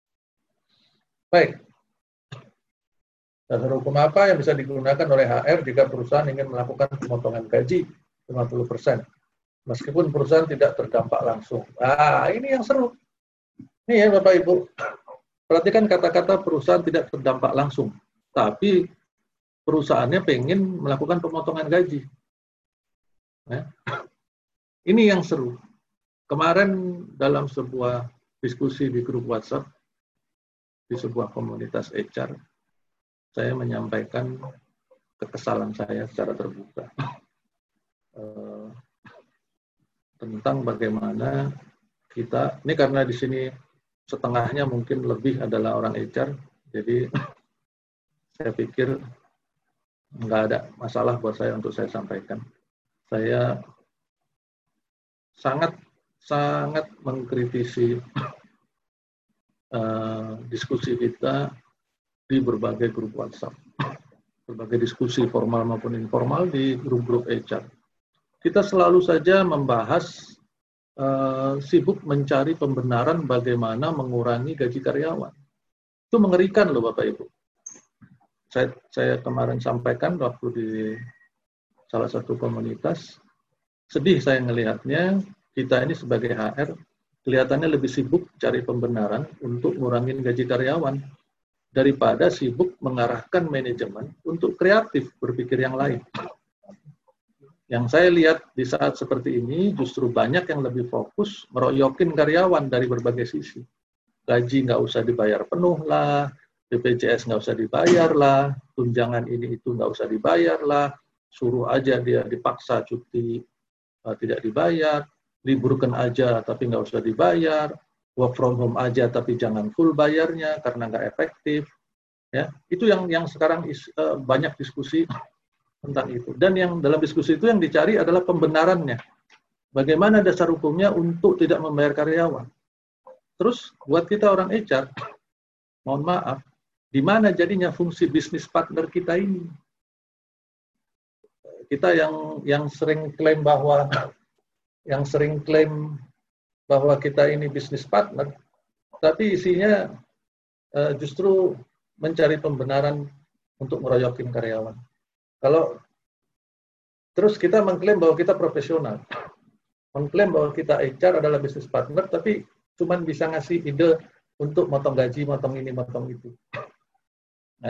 Baik. Dasar hukum apa yang bisa digunakan oleh H R jika perusahaan ingin melakukan pemotongan gaji lima puluh persen? Meskipun perusahaan tidak terdampak langsung. Ah, ini yang seru. Ini ya Bapak Ibu. Perhatikan kata-kata perusahaan tidak terdampak langsung. Tapi perusahaannya pengen melakukan pemotongan gaji. Ya. Ini yang seru. Kemarin dalam sebuah diskusi di grup WhatsApp, di sebuah komunitas H R, saya menyampaikan kekesalan saya secara terbuka uh, tentang bagaimana kita, ini karena di sini setengahnya mungkin lebih adalah orang H R, jadi saya pikir nggak ada masalah buat saya untuk saya sampaikan. Saya sangat sangat mengkritisi uh, diskusi kita di berbagai grup WhatsApp, berbagai diskusi formal maupun informal di grup-grup H R. Kita selalu saja membahas uh, sibuk mencari pembenaran bagaimana mengurangi gaji karyawan. Itu mengerikan loh Bapak Ibu. Saya, saya kemarin sampaikan waktu di salah satu komunitas, sedih saya melihatnya, kita ini sebagai H R kelihatannya lebih sibuk cari pembenaran untuk ngurangin gaji karyawan daripada sibuk mengarahkan manajemen untuk kreatif berpikir yang lain. Yang saya lihat di saat seperti ini justru banyak yang lebih fokus meroyokin karyawan dari berbagai sisi. gaji nggak usah dibayar penuh lah, B P J S nggak usah dibayar lah, tunjangan ini itu nggak usah dibayar lah, suruh aja dia dipaksa cuti uh, tidak dibayar, liburkan aja tapi nggak usah dibayar, work from home aja tapi jangan full bayarnya karena nggak efektif. Ya, itu yang yang sekarang is, uh, banyak diskusi tentang itu. Dan yang dalam diskusi itu yang dicari adalah pembenarannya. Bagaimana dasar hukumnya untuk tidak membayar karyawan. Terus buat kita orang H R, mohon maaf, di mana jadinya fungsi bisnis partner kita ini? Kita yang yang sering klaim bahwa yang sering klaim bahwa kita ini bisnis partner, tapi isinya uh, justru mencari pembenaran untuk ngeroyokin karyawan. Kalau terus kita mengklaim bahwa kita profesional, mengklaim bahwa kita H R adalah bisnis partner, tapi cuman bisa ngasih ide untuk motong gaji, motong ini, motong itu. Nah,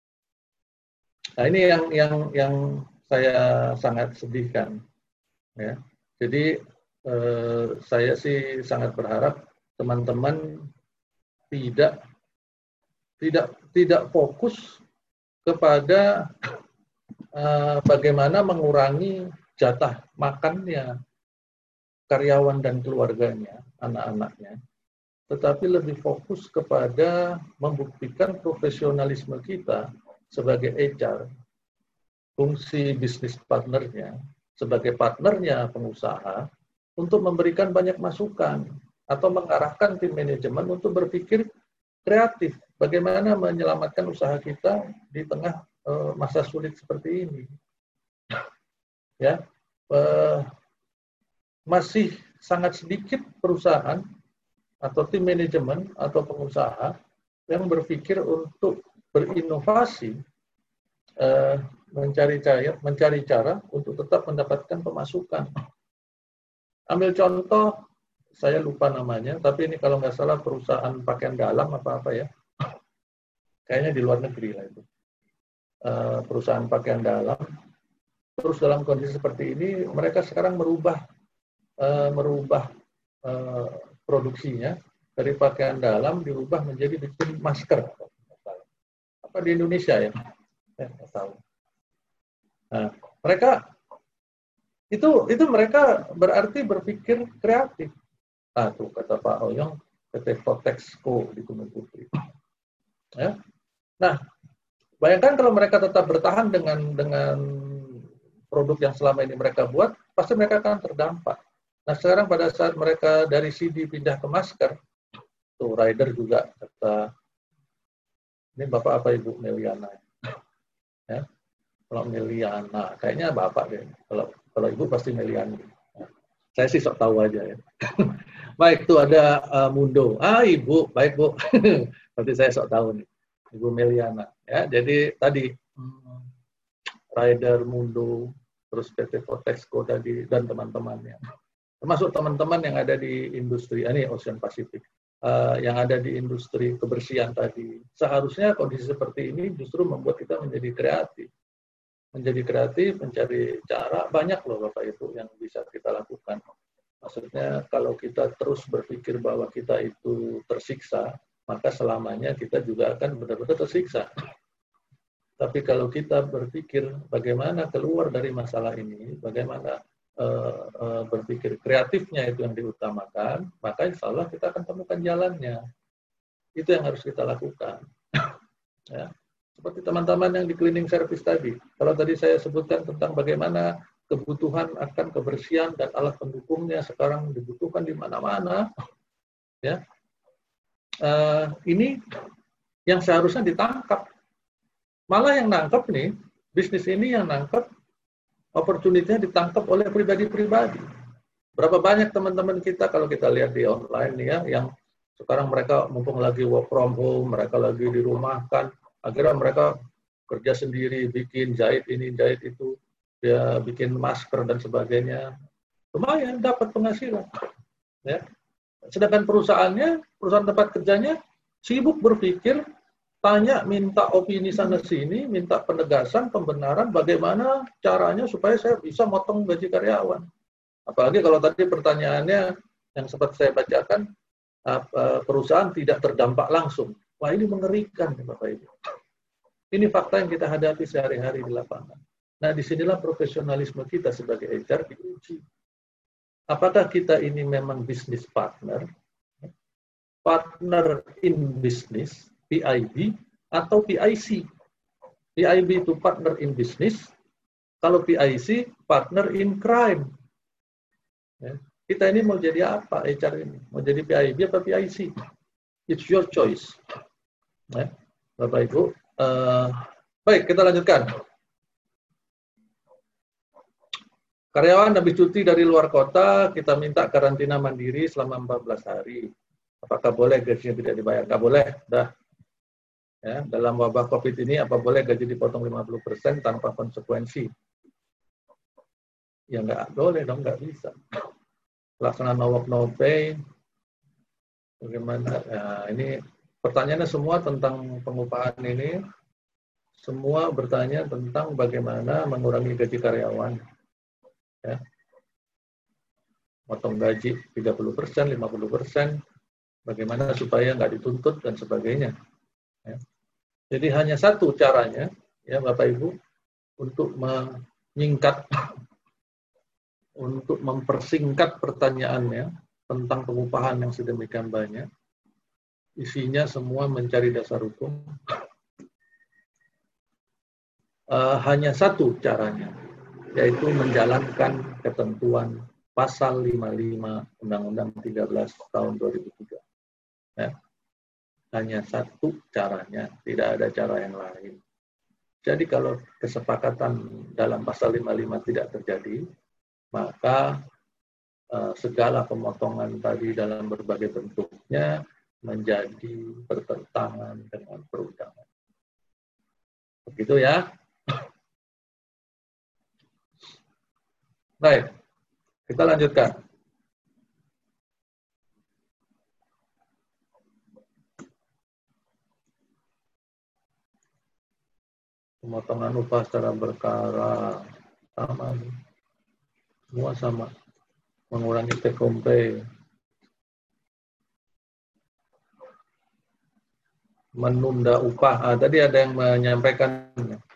nah ini yang yang yang saya sangat sedihkan. Ya, jadi eh, saya sih sangat berharap teman-teman tidak tidak tidak fokus kepada uh, bagaimana mengurangi jatah makannya karyawan dan keluarganya, anak-anaknya, tetapi lebih fokus kepada membuktikan profesionalisme kita sebagai H R, fungsi bisnis partnernya, sebagai partnernya pengusaha, untuk memberikan banyak masukan atau mengarahkan tim manajemen untuk berpikir kreatif, bagaimana menyelamatkan usaha kita di tengah uh, masa sulit seperti ini. Ya, uh, masih sangat sedikit perusahaan atau tim manajemen atau pengusaha yang berpikir untuk berinovasi, uh, mencari cara, mencari cara untuk tetap mendapatkan pemasukan. Ambil contoh, saya lupa namanya, tapi ini kalau nggak salah perusahaan pakaian dalam apa-apa ya. Kayaknya di luar negeri lah itu. Uh, perusahaan pakaian dalam. Terus dalam kondisi seperti ini, mereka sekarang merubah uh, merubah uh, produksinya dari pakaian dalam dirubah menjadi bikin masker. Apa di Indonesia ya? Eh, nggak tahu. Nah, mereka itu itu mereka berarti berpikir kreatif. Ah, tuh kata Pak Oyong, P T Fotexco di Gunung Putri. Ya. Nah, bayangkan kalau mereka tetap bertahan dengan dengan produk yang selama ini mereka buat, pasti mereka akan terdampak. Nah, sekarang pada saat mereka dari C D pindah ke masker, tuh rider juga kata, ini Bapak apa Ibu Meliana? Ya, kalau Meliana, kayaknya Bapak deh. Kalau kalau Ibu pasti Meliani. Nah, saya sih sok tahu aja ya. Baik, tuh ada uh, Mundo. Ah, Ibu, baik Bu. Berarti saya sok tahu nih. Ibu Meliana. Ya, jadi tadi hmm, Rider Mundo, terus P T Fotexco tadi dan teman-temannya. Termasuk teman-teman yang ada di industri, ini Ocean Pacific, uh, yang ada di industri kebersihan tadi. Seharusnya kondisi seperti ini justru membuat kita menjadi kreatif. Menjadi kreatif, mencari cara, banyak loh Bapak Ibu yang bisa kita lakukan. Maksudnya kalau kita terus berpikir bahwa kita itu tersiksa, maka selamanya kita juga akan benar-benar tersiksa. Tapi kalau kita berpikir bagaimana keluar dari masalah ini, bagaimana uh, uh, berpikir kreatifnya itu yang diutamakan, maka insya Allah kita akan temukan jalannya. Itu yang harus kita lakukan. Ya. Seperti teman-teman yang di cleaning service tadi. Kalau tadi saya sebutkan tentang bagaimana kebutuhan akan kebersihan dan alat pendukungnya sekarang dibutuhkan di mana-mana, ya. Uh, ini yang seharusnya ditangkap. Malah yang nangkep nih, bisnis ini yang nangkep, opportunity-nya ditangkap oleh pribadi-pribadi. Berapa banyak teman-teman kita kalau kita lihat di online nih ya, yang sekarang mereka mumpung lagi work from home, mereka lagi dirumahkan, akhirnya mereka kerja sendiri, bikin jahit ini, jahit itu, ya bikin masker dan sebagainya. Lumayan dapat penghasilan. Ya. Sedangkan perusahaannya, perusahaan tempat kerjanya sibuk berpikir, tanya, minta opini sana sini, minta penegasan, pembenaran, bagaimana caranya supaya saya bisa motong gaji karyawan. Apalagi kalau tadi pertanyaannya yang sempat saya bacakan, perusahaan tidak terdampak langsung. Wah, ini mengerikan, Bapak Ibu. Ini fakta yang kita hadapi sehari-hari di lapangan. Nah, disinilah profesionalisme kita sebagai H R diuji. Apakah kita ini memang business partner, partner in business, P I B, atau P I C? P I B itu partner in business, kalau P I C, partner in crime. Ya. Kita ini mau jadi apa H R ini? Mau jadi P I B atau P I C? It's your choice. Ya. Bapak Ibu. Uh, baik, kita lanjutkan. Karyawan habis cuti dari luar kota, kita minta karantina mandiri selama empat belas hari. Apakah boleh gajinya tidak dibayar? Nggak boleh. Dah. Ya, dalam wabah COVID ini, apa boleh gaji dipotong lima puluh persen tanpa konsekuensi? Ya nggak boleh dong, nggak bisa. Pelaksanaan no work no pay, bagaimana? Ya, ini pertanyaannya semua tentang pengupahan ini, semua bertanya tentang bagaimana mengurangi gaji karyawan. Ya. Potong gaji tiga puluh persen, lima puluh persen, bagaimana supaya nggak dituntut dan sebagainya. Ya. Jadi hanya satu caranya, ya Bapak Ibu, untuk menyingkat, untuk mempersingkat pertanyaannya tentang pengupahan yang sedemikian banyak, isinya semua mencari dasar hukum. Uh, hanya satu caranya, yaitu menjalankan ketentuan pasal lima puluh lima Undang-Undang tiga belas tahun dua ribu tiga. Ya. Hanya satu caranya, tidak ada cara yang lain. Jadi kalau kesepakatan dalam pasal lima puluh lima tidak terjadi, maka uh, segala pemotongan tadi dalam berbagai bentuknya menjadi bertentangan dengan perundangan. Begitu ya. Baik, kita lanjutkan. Pemotongan upah secara berkala sama, semua sama. Mengurangi take home pay, menunda upah. Ah, tadi ada yang menyampaikan.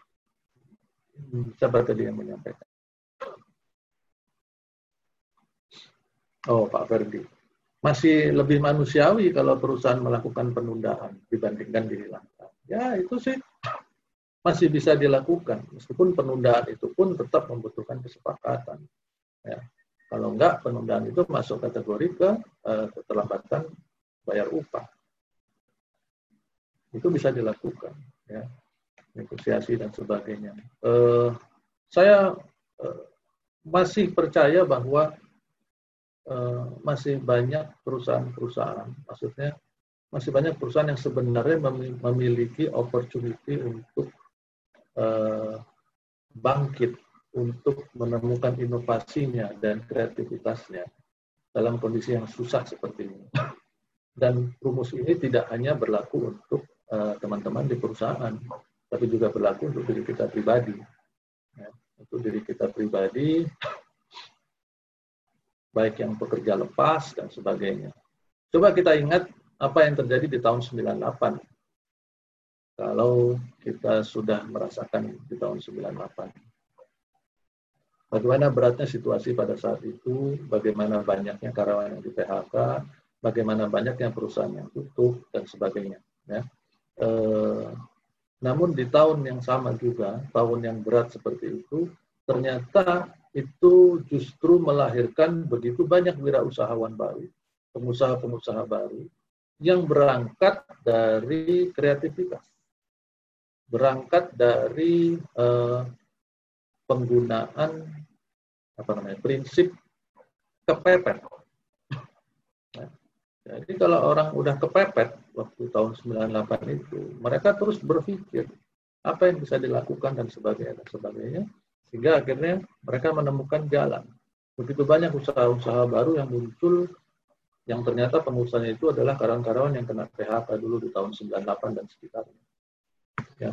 Siapa tadi yang menyampaikan? Oh, Pak Ferdi. Masih lebih manusiawi kalau perusahaan melakukan penundaan dibandingkan dihilangkan. Ya, itu sih masih bisa dilakukan. Meskipun penundaan itu pun tetap membutuhkan kesepakatan. Ya. Kalau enggak, penundaan itu masuk kategori ke uh, keterlambatan bayar upah. Itu bisa dilakukan. Ya. Negosiasi dan sebagainya. Uh, saya uh, masih percaya bahwa Uh, masih banyak perusahaan-perusahaan, maksudnya masih banyak perusahaan yang sebenarnya memiliki opportunity untuk uh, bangkit, untuk menemukan inovasinya dan kreativitasnya dalam kondisi yang susah seperti ini. Dan rumus ini tidak hanya berlaku untuk teman-teman uh, di perusahaan, tapi juga berlaku untuk diri kita pribadi. Ya, untuk diri kita pribadi, baik yang pekerja lepas dan sebagainya. Coba kita ingat apa yang terjadi di tahun sembilan puluh delapan. Kalau kita sudah merasakan di tahun sembilan puluh delapan. Bagaimana beratnya situasi pada saat itu, bagaimana banyaknya karyawan yang di P H K, bagaimana banyaknya perusahaan yang tutup, dan sebagainya. Ya. E, namun di tahun yang sama juga, tahun yang berat seperti itu, ternyata itu justru melahirkan begitu banyak wirausahawan baru, pengusaha-pengusaha baru, yang berangkat dari kreativitas, berangkat dari eh, penggunaan apa namanya prinsip kepepet. Nah, jadi kalau orang udah kepepet waktu tahun sembilan puluh delapan itu, mereka terus berpikir apa yang bisa dilakukan dan sebagainya dan sebagainya. Sehingga akhirnya mereka menemukan jalan. Begitu banyak usaha-usaha baru yang muncul, yang ternyata pengusahanya itu adalah karyawan-karyawan yang kena P H K dulu di tahun sembilan puluh delapan dan sekitarnya. Ya.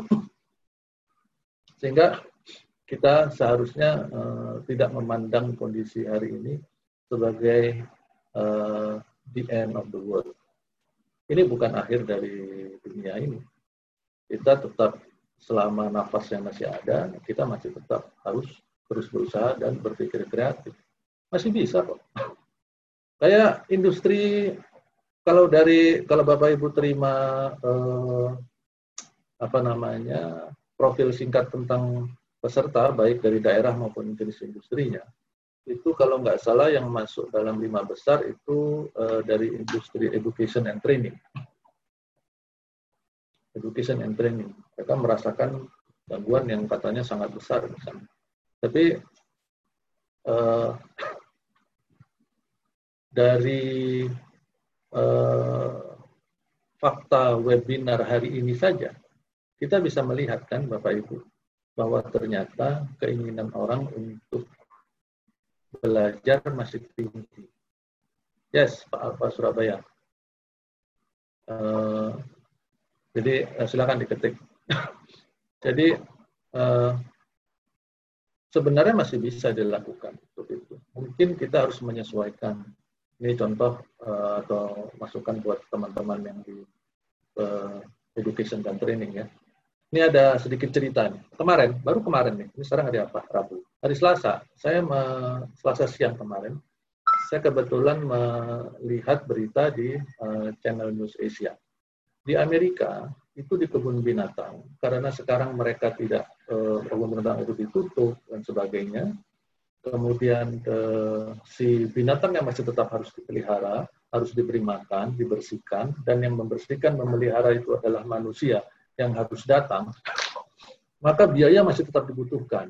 Sehingga kita seharusnya uh, tidak memandang kondisi hari ini sebagai uh, the end of the world. Ini bukan akhir dari dunia ini. Kita tetap, selama nafas yang masih ada, kita masih tetap harus terus berusaha dan berpikir kreatif. Masih bisa kok. Kayak industri, kalau dari kalau Bapak Ibu terima eh, apa namanya profil singkat tentang peserta, baik dari daerah maupun jenis industrinya, itu kalau nggak salah yang masuk dalam lima besar itu eh, dari industri education and training. Education and training. Mereka merasakan gangguan yang katanya sangat besar misalnya. Tapi eh, dari eh, fakta webinar hari ini saja, kita bisa melihat kan Bapak Ibu, bahwa ternyata keinginan orang untuk belajar masih tinggi. Yes, Pak Alfa Surabaya. Uh, jadi uh, silakan diketik. Jadi uh, sebenarnya masih bisa dilakukan untuk itu. Mungkin kita harus menyesuaikan. Ini contoh uh, atau masukan buat teman-teman yang di uh, education dan training ya. Ini ada sedikit cerita nih. Kemarin, baru kemarin nih, ini sekarang hari apa? Rabu. Hari Selasa, saya me, Selasa siang kemarin, saya kebetulan melihat berita di uh, channel News Asia. Di Amerika, itu di kebun binatang, karena sekarang mereka tidak, uh, kebun binatang itu ditutup dan sebagainya, kemudian uh, si binatang yang masih tetap harus dipelihara, harus diberi makan, dibersihkan, dan yang membersihkan, memelihara itu adalah manusia yang harus datang, maka biaya masih tetap dibutuhkan.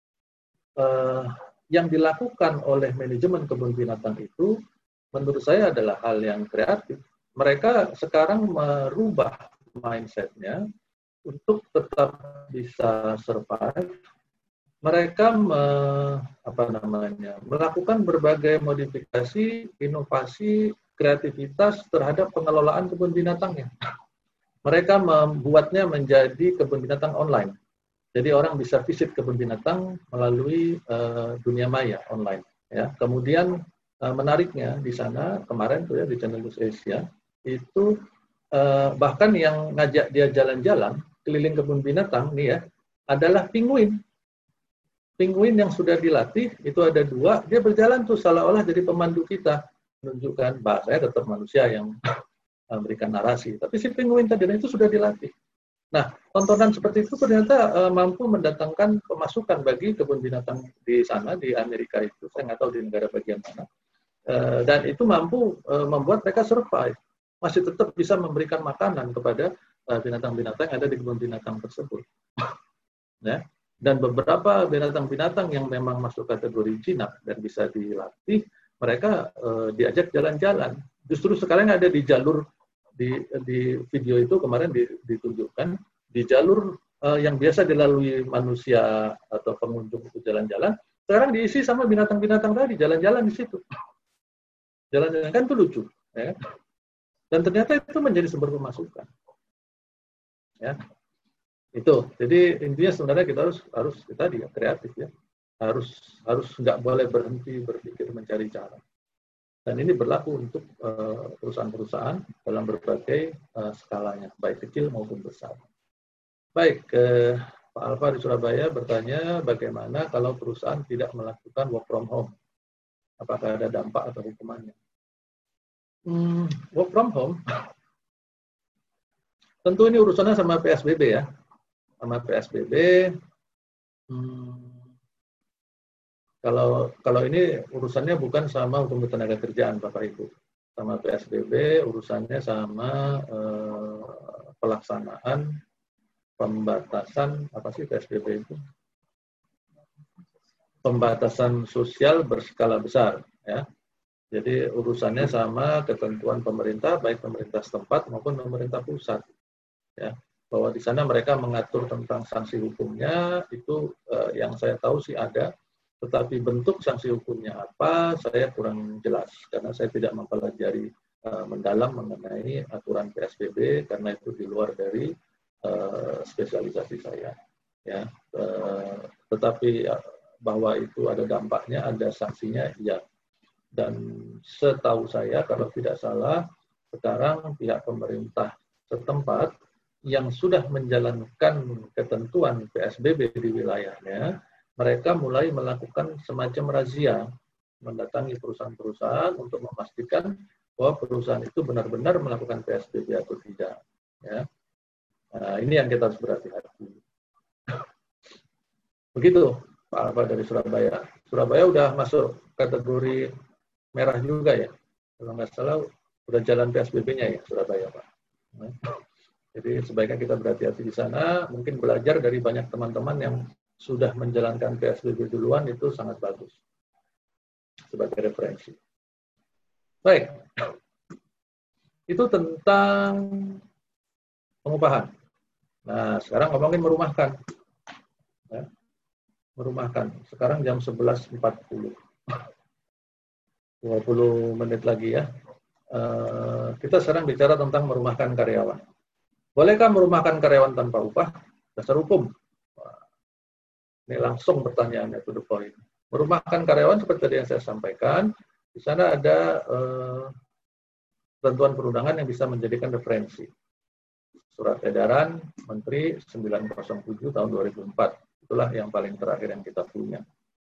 Uh, yang dilakukan oleh manajemen kebun binatang itu, menurut saya adalah hal yang kreatif. Mereka sekarang merubah mindset-nya untuk tetap bisa survive. Mereka me, apa namanya, melakukan berbagai modifikasi, inovasi, kreativitas terhadap pengelolaan kebun binatangnya. Mereka membuatnya menjadi kebun binatang online. Jadi orang bisa visit kebun binatang melalui uh, dunia maya online. Ya. Kemudian uh, menariknya di sana kemarin tuh ya di channel News Asia itu uh, bahkan yang ngajak dia jalan-jalan keliling kebun binatang nih ya adalah penguin. Penguin yang sudah dilatih itu ada dua, dia berjalan tuh seolah-olah jadi pemandu kita, menunjukkan bahasanya tetap manusia yang memberikan narasi, tapi si penguin tadi itu sudah dilatih. Nah, tontonan seperti itu ternyata uh, mampu mendatangkan pemasukan bagi kebun binatang di sana, di Amerika itu, saya nggak tahu di negara bagian mana, uh, dan itu mampu uh, membuat mereka survive, masih tetap bisa memberikan makanan kepada binatang-binatang uh, yang ada di kebun binatang tersebut. Ya. Dan beberapa binatang-binatang yang memang masuk kategori jinak dan bisa dilatih, mereka uh, diajak jalan-jalan. Justru sekarang ada di jalur, di, di video itu kemarin ditunjukkan, di jalur uh, yang biasa dilalui manusia atau pengunjung itu jalan-jalan, sekarang diisi sama binatang-binatang tadi, jalan-jalan di situ. Jalan-jalan kan itu lucu. Ya. Dan ternyata itu menjadi sumber pemasukan. Ya. Itu. Jadi intinya sebenarnya kita harus harus tadi ya, kreatif ya. Harus harus nggak boleh berhenti berpikir mencari cara. Dan ini berlaku untuk uh, perusahaan-perusahaan dalam berbagai uh, skalanya, baik kecil maupun besar. Baik, eh, Pak Alfa di Surabaya bertanya bagaimana kalau perusahaan tidak melakukan work from home? Apakah ada dampak atau hukumannya? Hmm, work from home, tentu ini urusannya sama P S B B ya. Sama P S B B, hmm, kalau kalau ini urusannya bukan sama hukum ketenaga kerjaan Bapak Ibu, sama P S B B urusannya sama eh, pelaksanaan pembatasan apa sih P S B B itu? Pembatasan sosial berskala besar, ya. Jadi urusannya sama ketentuan pemerintah, baik pemerintah setempat maupun pemerintah pusat, ya. Bahwa di sana mereka mengatur tentang sanksi hukumnya, itu eh, yang saya tahu sih ada, tetapi bentuk sanksi hukumnya apa, saya kurang jelas, karena saya tidak mempelajari eh, mendalam mengenai aturan P S B B, karena itu di luar dari eh, spesialisasi saya. Ya, eh, tetapi bahwa itu ada dampaknya, ada sanksinya, ya. Dan setahu saya, kalau tidak salah, sekarang pihak pemerintah setempat yang sudah menjalankan ketentuan P S B B di wilayahnya, mereka mulai melakukan semacam razia, mendatangi perusahaan-perusahaan untuk memastikan bahwa perusahaan itu benar-benar melakukan P S B B atau tidak. Ya. Nah, ini yang kita harus berhati-hati. Begitu, Pak Alfa dari Surabaya. Surabaya udah masuk kategori merah juga ya. Kalau nggak salah, udah jalan P S B B-nya ya, Surabaya, Pak. Nah. Jadi sebaiknya kita berhati-hati di sana, mungkin belajar dari banyak teman-teman yang sudah menjalankan P S B B duluan, itu sangat bagus sebagai referensi. Baik, itu tentang pengupahan. Nah, sekarang ngomongin merumahkan. Ya. Merumahkan. Sekarang jam sebelas empat puluh. dua puluh menit lagi ya. Uh, kita sekarang bicara tentang merumahkan karyawan. Bolehkah merumahkan karyawan tanpa upah? Dasar hukum. Ini langsung pertanyaannya to the point. Merumahkan karyawan seperti tadi yang saya sampaikan, di sana ada eh, ketentuan perundangan yang bisa menjadikan referensi. Surat edaran Menteri sembilan nol tujuh tahun dua ribu empat. Itulah yang paling terakhir yang kita punya.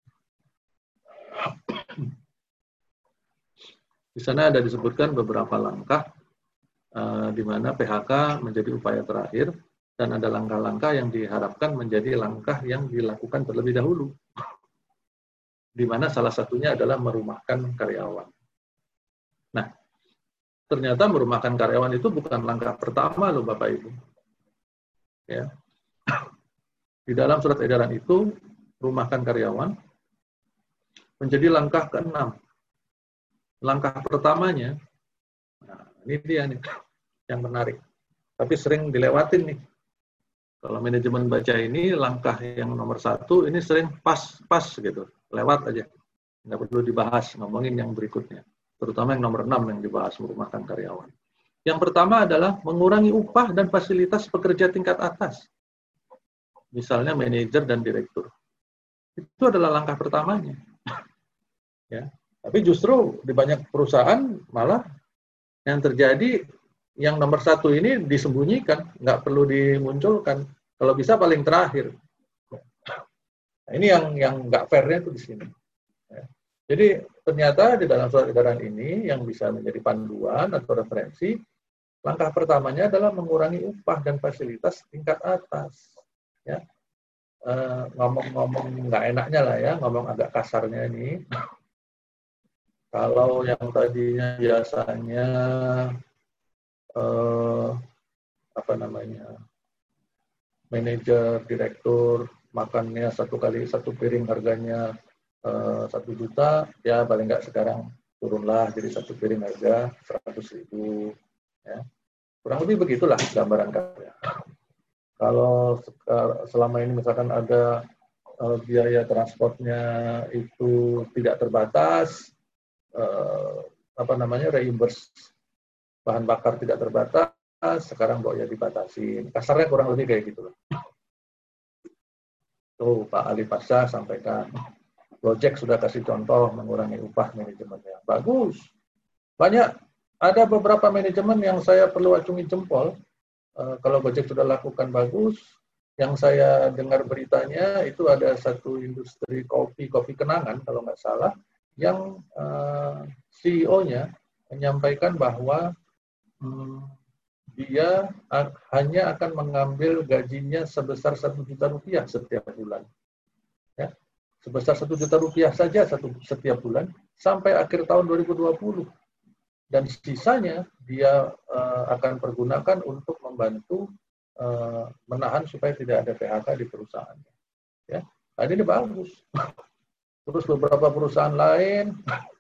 Di sana ada disebutkan beberapa langkah di mana P H K menjadi upaya terakhir, dan ada langkah-langkah yang diharapkan menjadi langkah yang dilakukan terlebih dahulu, di mana salah satunya adalah merumahkan karyawan. Nah, ternyata merumahkan karyawan itu bukan langkah pertama loh Bapak Ibu. Ya. Di dalam surat edaran itu, rumahkan karyawan menjadi langkah keenam. Langkah pertamanya, nah ini dia nih, yang menarik. Tapi sering dilewatin nih. Kalau manajemen baca ini, langkah yang nomor satu, ini sering pas-pas gitu. Lewat aja. Nggak perlu dibahas, ngomongin yang berikutnya. Terutama yang nomor enam yang dibahas, merumahkan karyawan. Yang pertama adalah mengurangi upah dan fasilitas pekerja tingkat atas. Misalnya manajer dan direktur. Itu adalah langkah pertamanya. Ya. Tapi justru di banyak perusahaan malah yang terjadi, yang nomor satu ini disembunyikan, nggak perlu dimunculkan. Kalau bisa paling terakhir. Nah, ini yang yang nggak fairnya itu di sini. Ya. Jadi ternyata di dalam surat edaran ini yang bisa menjadi panduan atau referensi, langkah pertamanya adalah mengurangi upah dan fasilitas tingkat atas. Ya. Ngomong-ngomong nggak enaknya lah ya, ngomong agak kasarnya ini. Kalau yang tadinya biasanya Eh, apa namanya, manajer, direktur, makannya satu kali satu piring harganya eh, satu juta, ya paling nggak sekarang turunlah jadi satu piring harga seratus ribu, ya. Kurang lebih begitulah gambaran kami. Kalau selama ini misalkan ada eh, biaya transportnya itu tidak terbatas, eh, apa namanya, reimburse bahan bakar tidak terbatas, sekarang kok ya dibatasi. Kasarnya kurang lebih kayak gitu. Tuh Pak Ali Pasha sampaikan, Gojek sudah kasih contoh mengurangi upah manajemennya. Bagus. Banyak, ada beberapa manajemen yang saya perlu acungi jempol. Uh, kalau Gojek sudah lakukan bagus, yang saya dengar beritanya itu ada satu industri kopi, kopi kenangan kalau nggak salah, yang uh, C E O-nya menyampaikan bahwa Hmm, dia hanya akan mengambil gajinya sebesar satu juta rupiah setiap bulan, ya, sebesar satu juta rupiah saja satu setiap bulan sampai akhir tahun dua ribu dua puluh, dan sisanya dia uh, akan pergunakan untuk membantu uh, menahan supaya tidak ada P H K di perusahaannya. Ya, nah, ini bagus. Terus beberapa perusahaan lain.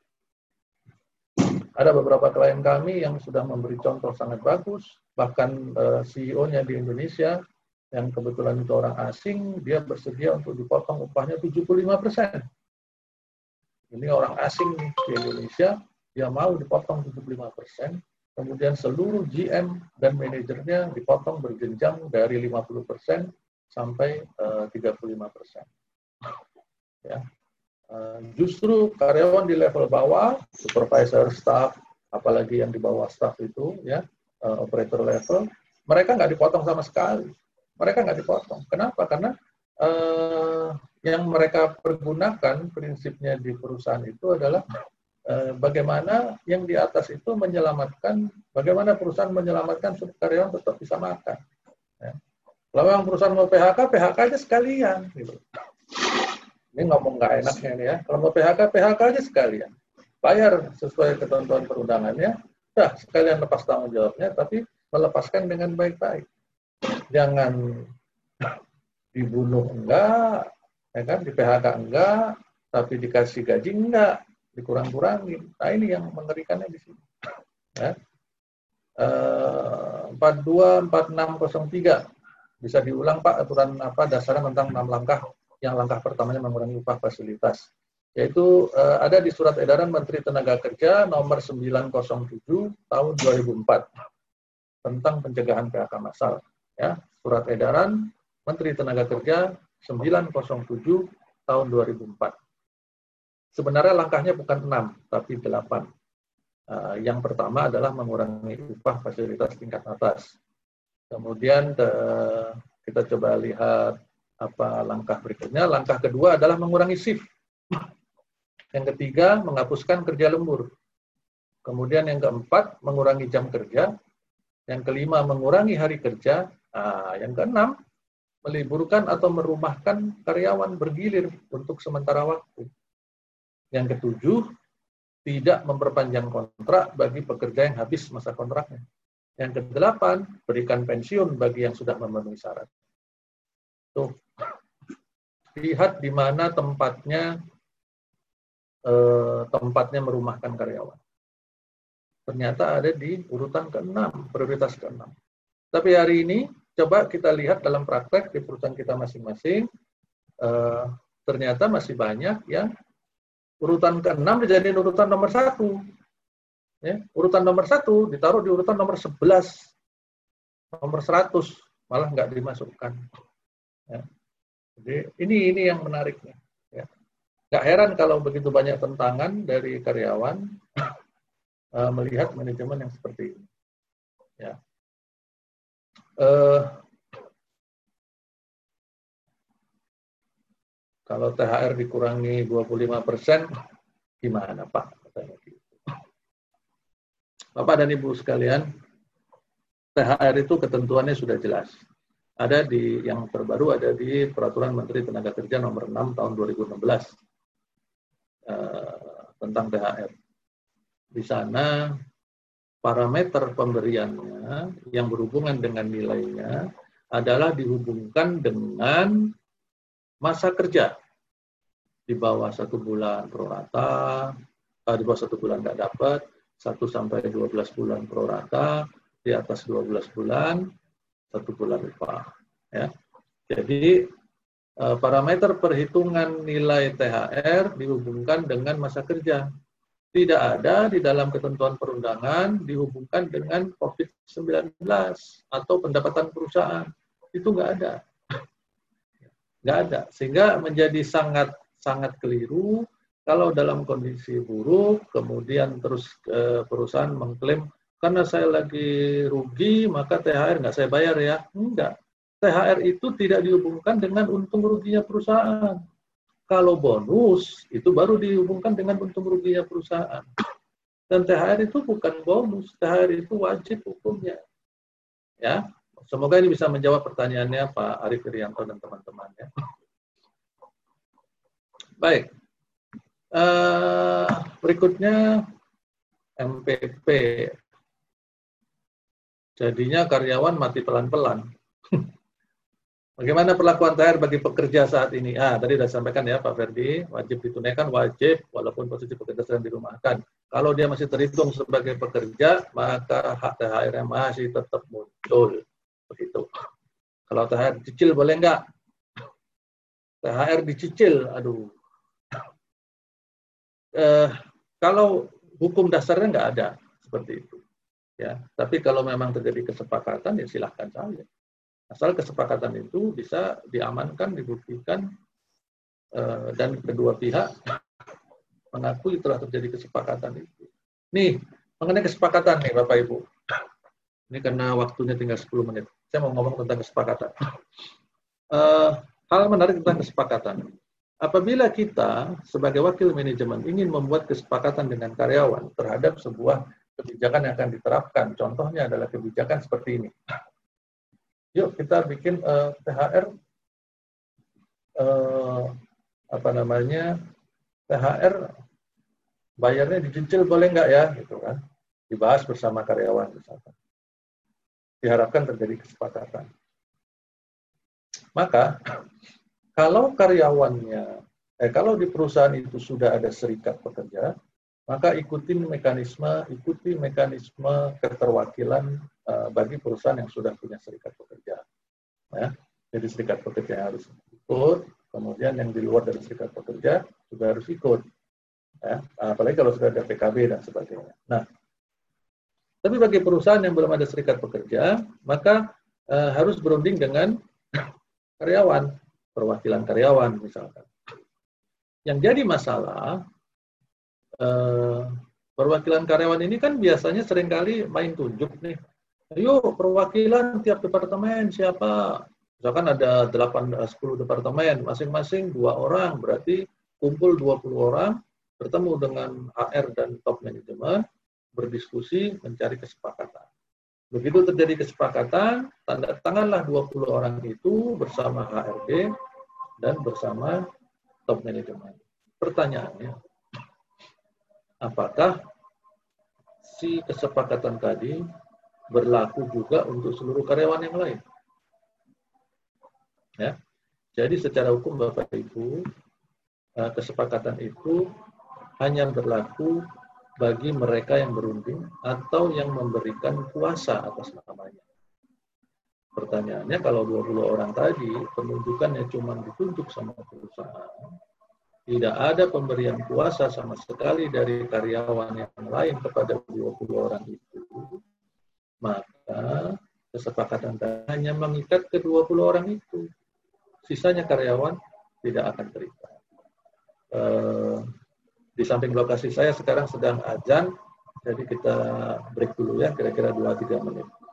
Ada beberapa klien kami yang sudah memberi contoh sangat bagus, bahkan uh, C E O-nya di Indonesia, yang kebetulan itu orang asing, dia bersedia untuk dipotong upahnya tujuh puluh lima persen. Ini orang asing di Indonesia, dia mau dipotong tujuh puluh lima persen, kemudian seluruh G M dan manajernya dipotong berjenjang dari lima puluh persen sampai uh, tiga puluh lima persen. Ya. Uh, justru karyawan di level bawah, supervisor, staff, apalagi yang di bawah staff itu, ya, uh, operator level, mereka nggak dipotong sama sekali. Mereka nggak dipotong. Kenapa? Karena uh, yang mereka pergunakan prinsipnya di perusahaan itu adalah uh, bagaimana yang di atas itu menyelamatkan, bagaimana perusahaan menyelamatkan supaya karyawan tetap bisa makan. Ya. Kalau yang perusahaan mau P H K, P H K aja sekalian. Gitu. Ini ngomong nggak enaknya nih ya. Kalau mau P H K, P H K aja sekalian. Bayar sesuai ketentuan perundangannya. Dah, sekalian lepas tanggung jawabnya, tapi melepaskan dengan baik-baik. Jangan dibunuh enggak, ya kan? Di P H K enggak, tapi dikasih gaji enggak, dikurang-kurangin. Nah ini yang mengerikannya di sini. Ya. Uh, empat dua empat enam nol tiga bisa diulang Pak aturan apa dasarnya tentang enam langkah. Yang langkah pertamanya mengurangi upah fasilitas, yaitu uh, ada di Surat Edaran Menteri Tenaga Kerja nomor sembilan nol tujuh tahun dua ribu empat tentang pencegahan P H K massal. Ya, Surat Edaran Menteri Tenaga Kerja sembilan nol tujuh tahun dua ribu empat. Sebenarnya langkahnya bukan enam, tapi delapan. Uh, yang pertama adalah mengurangi upah fasilitas tingkat atas. Kemudian uh, kita coba lihat apa langkah berikutnya. Langkah kedua adalah mengurangi shift. Yang ketiga, menghapuskan kerja lembur. Kemudian yang keempat, mengurangi jam kerja. Yang kelima, mengurangi hari kerja. Nah, yang keenam, meliburkan atau merumahkan karyawan bergilir untuk sementara waktu. Yang ketujuh, tidak memperpanjang kontrak bagi pekerja yang habis masa kontraknya. Yang kedelapan, berikan pensiun bagi yang sudah memenuhi syarat. Tuh, lihat di mana tempatnya eh, tempatnya merumahkan karyawan. Ternyata ada di urutan keenam, prioritas keenam. Tapi hari ini coba kita lihat dalam praktek di perusahaan kita masing-masing, eh, ternyata masih banyak yang urutan keenam dijadiin urutan nomor satu. Ya, urutan nomor satu ditaruh di urutan nomor sebelas, nomor seratus, malah nggak dimasukkan. Ya. Jadi ini ini yang menariknya. Ya. Gak heran kalau begitu banyak tentangan dari karyawan uh, melihat manajemen yang seperti ini. Ya. Uh, kalau T H R dikurangi dua puluh lima persen, gimana Pak? Katanya gitu. Bapak dan Ibu sekalian, T H R itu ketentuannya sudah jelas. Ada di yang terbaru ada di Peraturan Menteri Tenaga Kerja nomor enam tahun dua ribu enam belas uh, tentang T H R. Di sana parameter pemberiannya yang berhubungan dengan nilainya adalah dihubungkan dengan masa kerja. Di bawah satu bulan pro rata, di bawah satu bulan nggak dapat, satu sampai dua belas bulan pro rata, di atas dua belas bulan, satu bulan upah. Ya. Jadi parameter perhitungan nilai T H R dihubungkan dengan masa kerja. Tidak ada di dalam ketentuan perundangan dihubungkan dengan COVID sembilan belas atau pendapatan perusahaan. Itu nggak ada. Nggak ada. Sehingga menjadi sangat sangat keliru kalau dalam kondisi buruk, kemudian terus eh, perusahaan mengklaim, karena saya lagi rugi, maka T H R nggak saya bayar ya. Enggak. T H R itu tidak dihubungkan dengan untung ruginya perusahaan. Kalau bonus, itu baru dihubungkan dengan untung ruginya perusahaan. Dan T H R itu bukan bonus, T H R itu wajib hukumnya. Ya, semoga ini bisa menjawab pertanyaannya Pak Arief Irianto dan teman-temannya. Baik, uh, berikutnya M P P. Jadinya karyawan mati pelan-pelan. Bagaimana perlakuan T H R bagi pekerja saat ini? Ah, tadi sudah sampaikan ya Pak Ferdi, wajib ditunaikan, wajib walaupun posisi pekerja sedang dirumahkan. Kalau dia masih terhitung sebagai pekerja, maka hak T H R-nya masih tetap muncul. Begitu. Kalau T H R dicicil boleh enggak? T H R dicicil, aduh. Eh, kalau hukum dasarnya enggak ada seperti itu. Ya, tapi kalau memang terjadi kesepakatan ya silahkan saja. Asal kesepakatan itu bisa diamankan, dibuktikan uh, dan kedua pihak mengakui telah terjadi kesepakatan itu. Nih, mengenai kesepakatan nih Bapak Ibu. Ini karena waktunya tinggal sepuluh menit. Saya mau ngomong tentang kesepakatan. Uh, hal menarik tentang kesepakatan. Apabila kita sebagai wakil manajemen ingin membuat kesepakatan dengan karyawan terhadap sebuah kebijakan yang akan diterapkan, contohnya adalah kebijakan seperti ini. Yuk kita bikin uh, T H R, uh, apa namanya, T H R bayarnya dicicil boleh nggak ya, gitu kan? Dibahas bersama karyawan misalkan. Diharapkan terjadi kesepakatan. Maka kalau karyawannya, eh kalau di perusahaan itu sudah ada serikat pekerja, maka ikuti mekanisme, ikuti mekanisme keterwakilan uh, bagi perusahaan yang sudah punya serikat pekerja. Ya. Jadi serikat pekerja harus ikut, kemudian yang di luar dari serikat pekerja juga harus ikut. Ya. Apalagi kalau sudah ada P K B dan sebagainya. Nah, tapi bagi perusahaan yang belum ada serikat pekerja, maka uh, harus berunding dengan karyawan, perwakilan karyawan misalkan. Yang jadi masalah, eh, perwakilan karyawan ini kan biasanya seringkali main tunjuk nih. Ayo perwakilan tiap departemen siapa? Misalkan ada delapan sepuluh departemen, masing-masing dua orang, berarti kumpul dua puluh orang, bertemu dengan H R dan top manajemen, berdiskusi, mencari kesepakatan. Begitu terjadi kesepakatan, tanda tanganlah dua puluh orang itu bersama H R D dan bersama top manajemen. Pertanyaannya, apakah si kesepakatan tadi berlaku juga untuk seluruh karyawan yang lain? Ya. Jadi secara hukum Bapak Ibu, kesepakatan itu hanya berlaku bagi mereka yang berunding atau yang memberikan kuasa atas namanya. Pertanyaannya, kalau dua puluh orang tadi penunjukannya cuma ditunjuk sama perusahaan, tidak ada pemberian kuasa sama sekali dari karyawan yang lain kepada dua puluh orang itu, maka kesepakatan hanya mengikat ke dua puluh orang itu. Sisanya karyawan tidak akan terikat. Eh, Di samping lokasi saya sekarang sedang azan, jadi kita break dulu ya, kira-kira dua sampai tiga menit.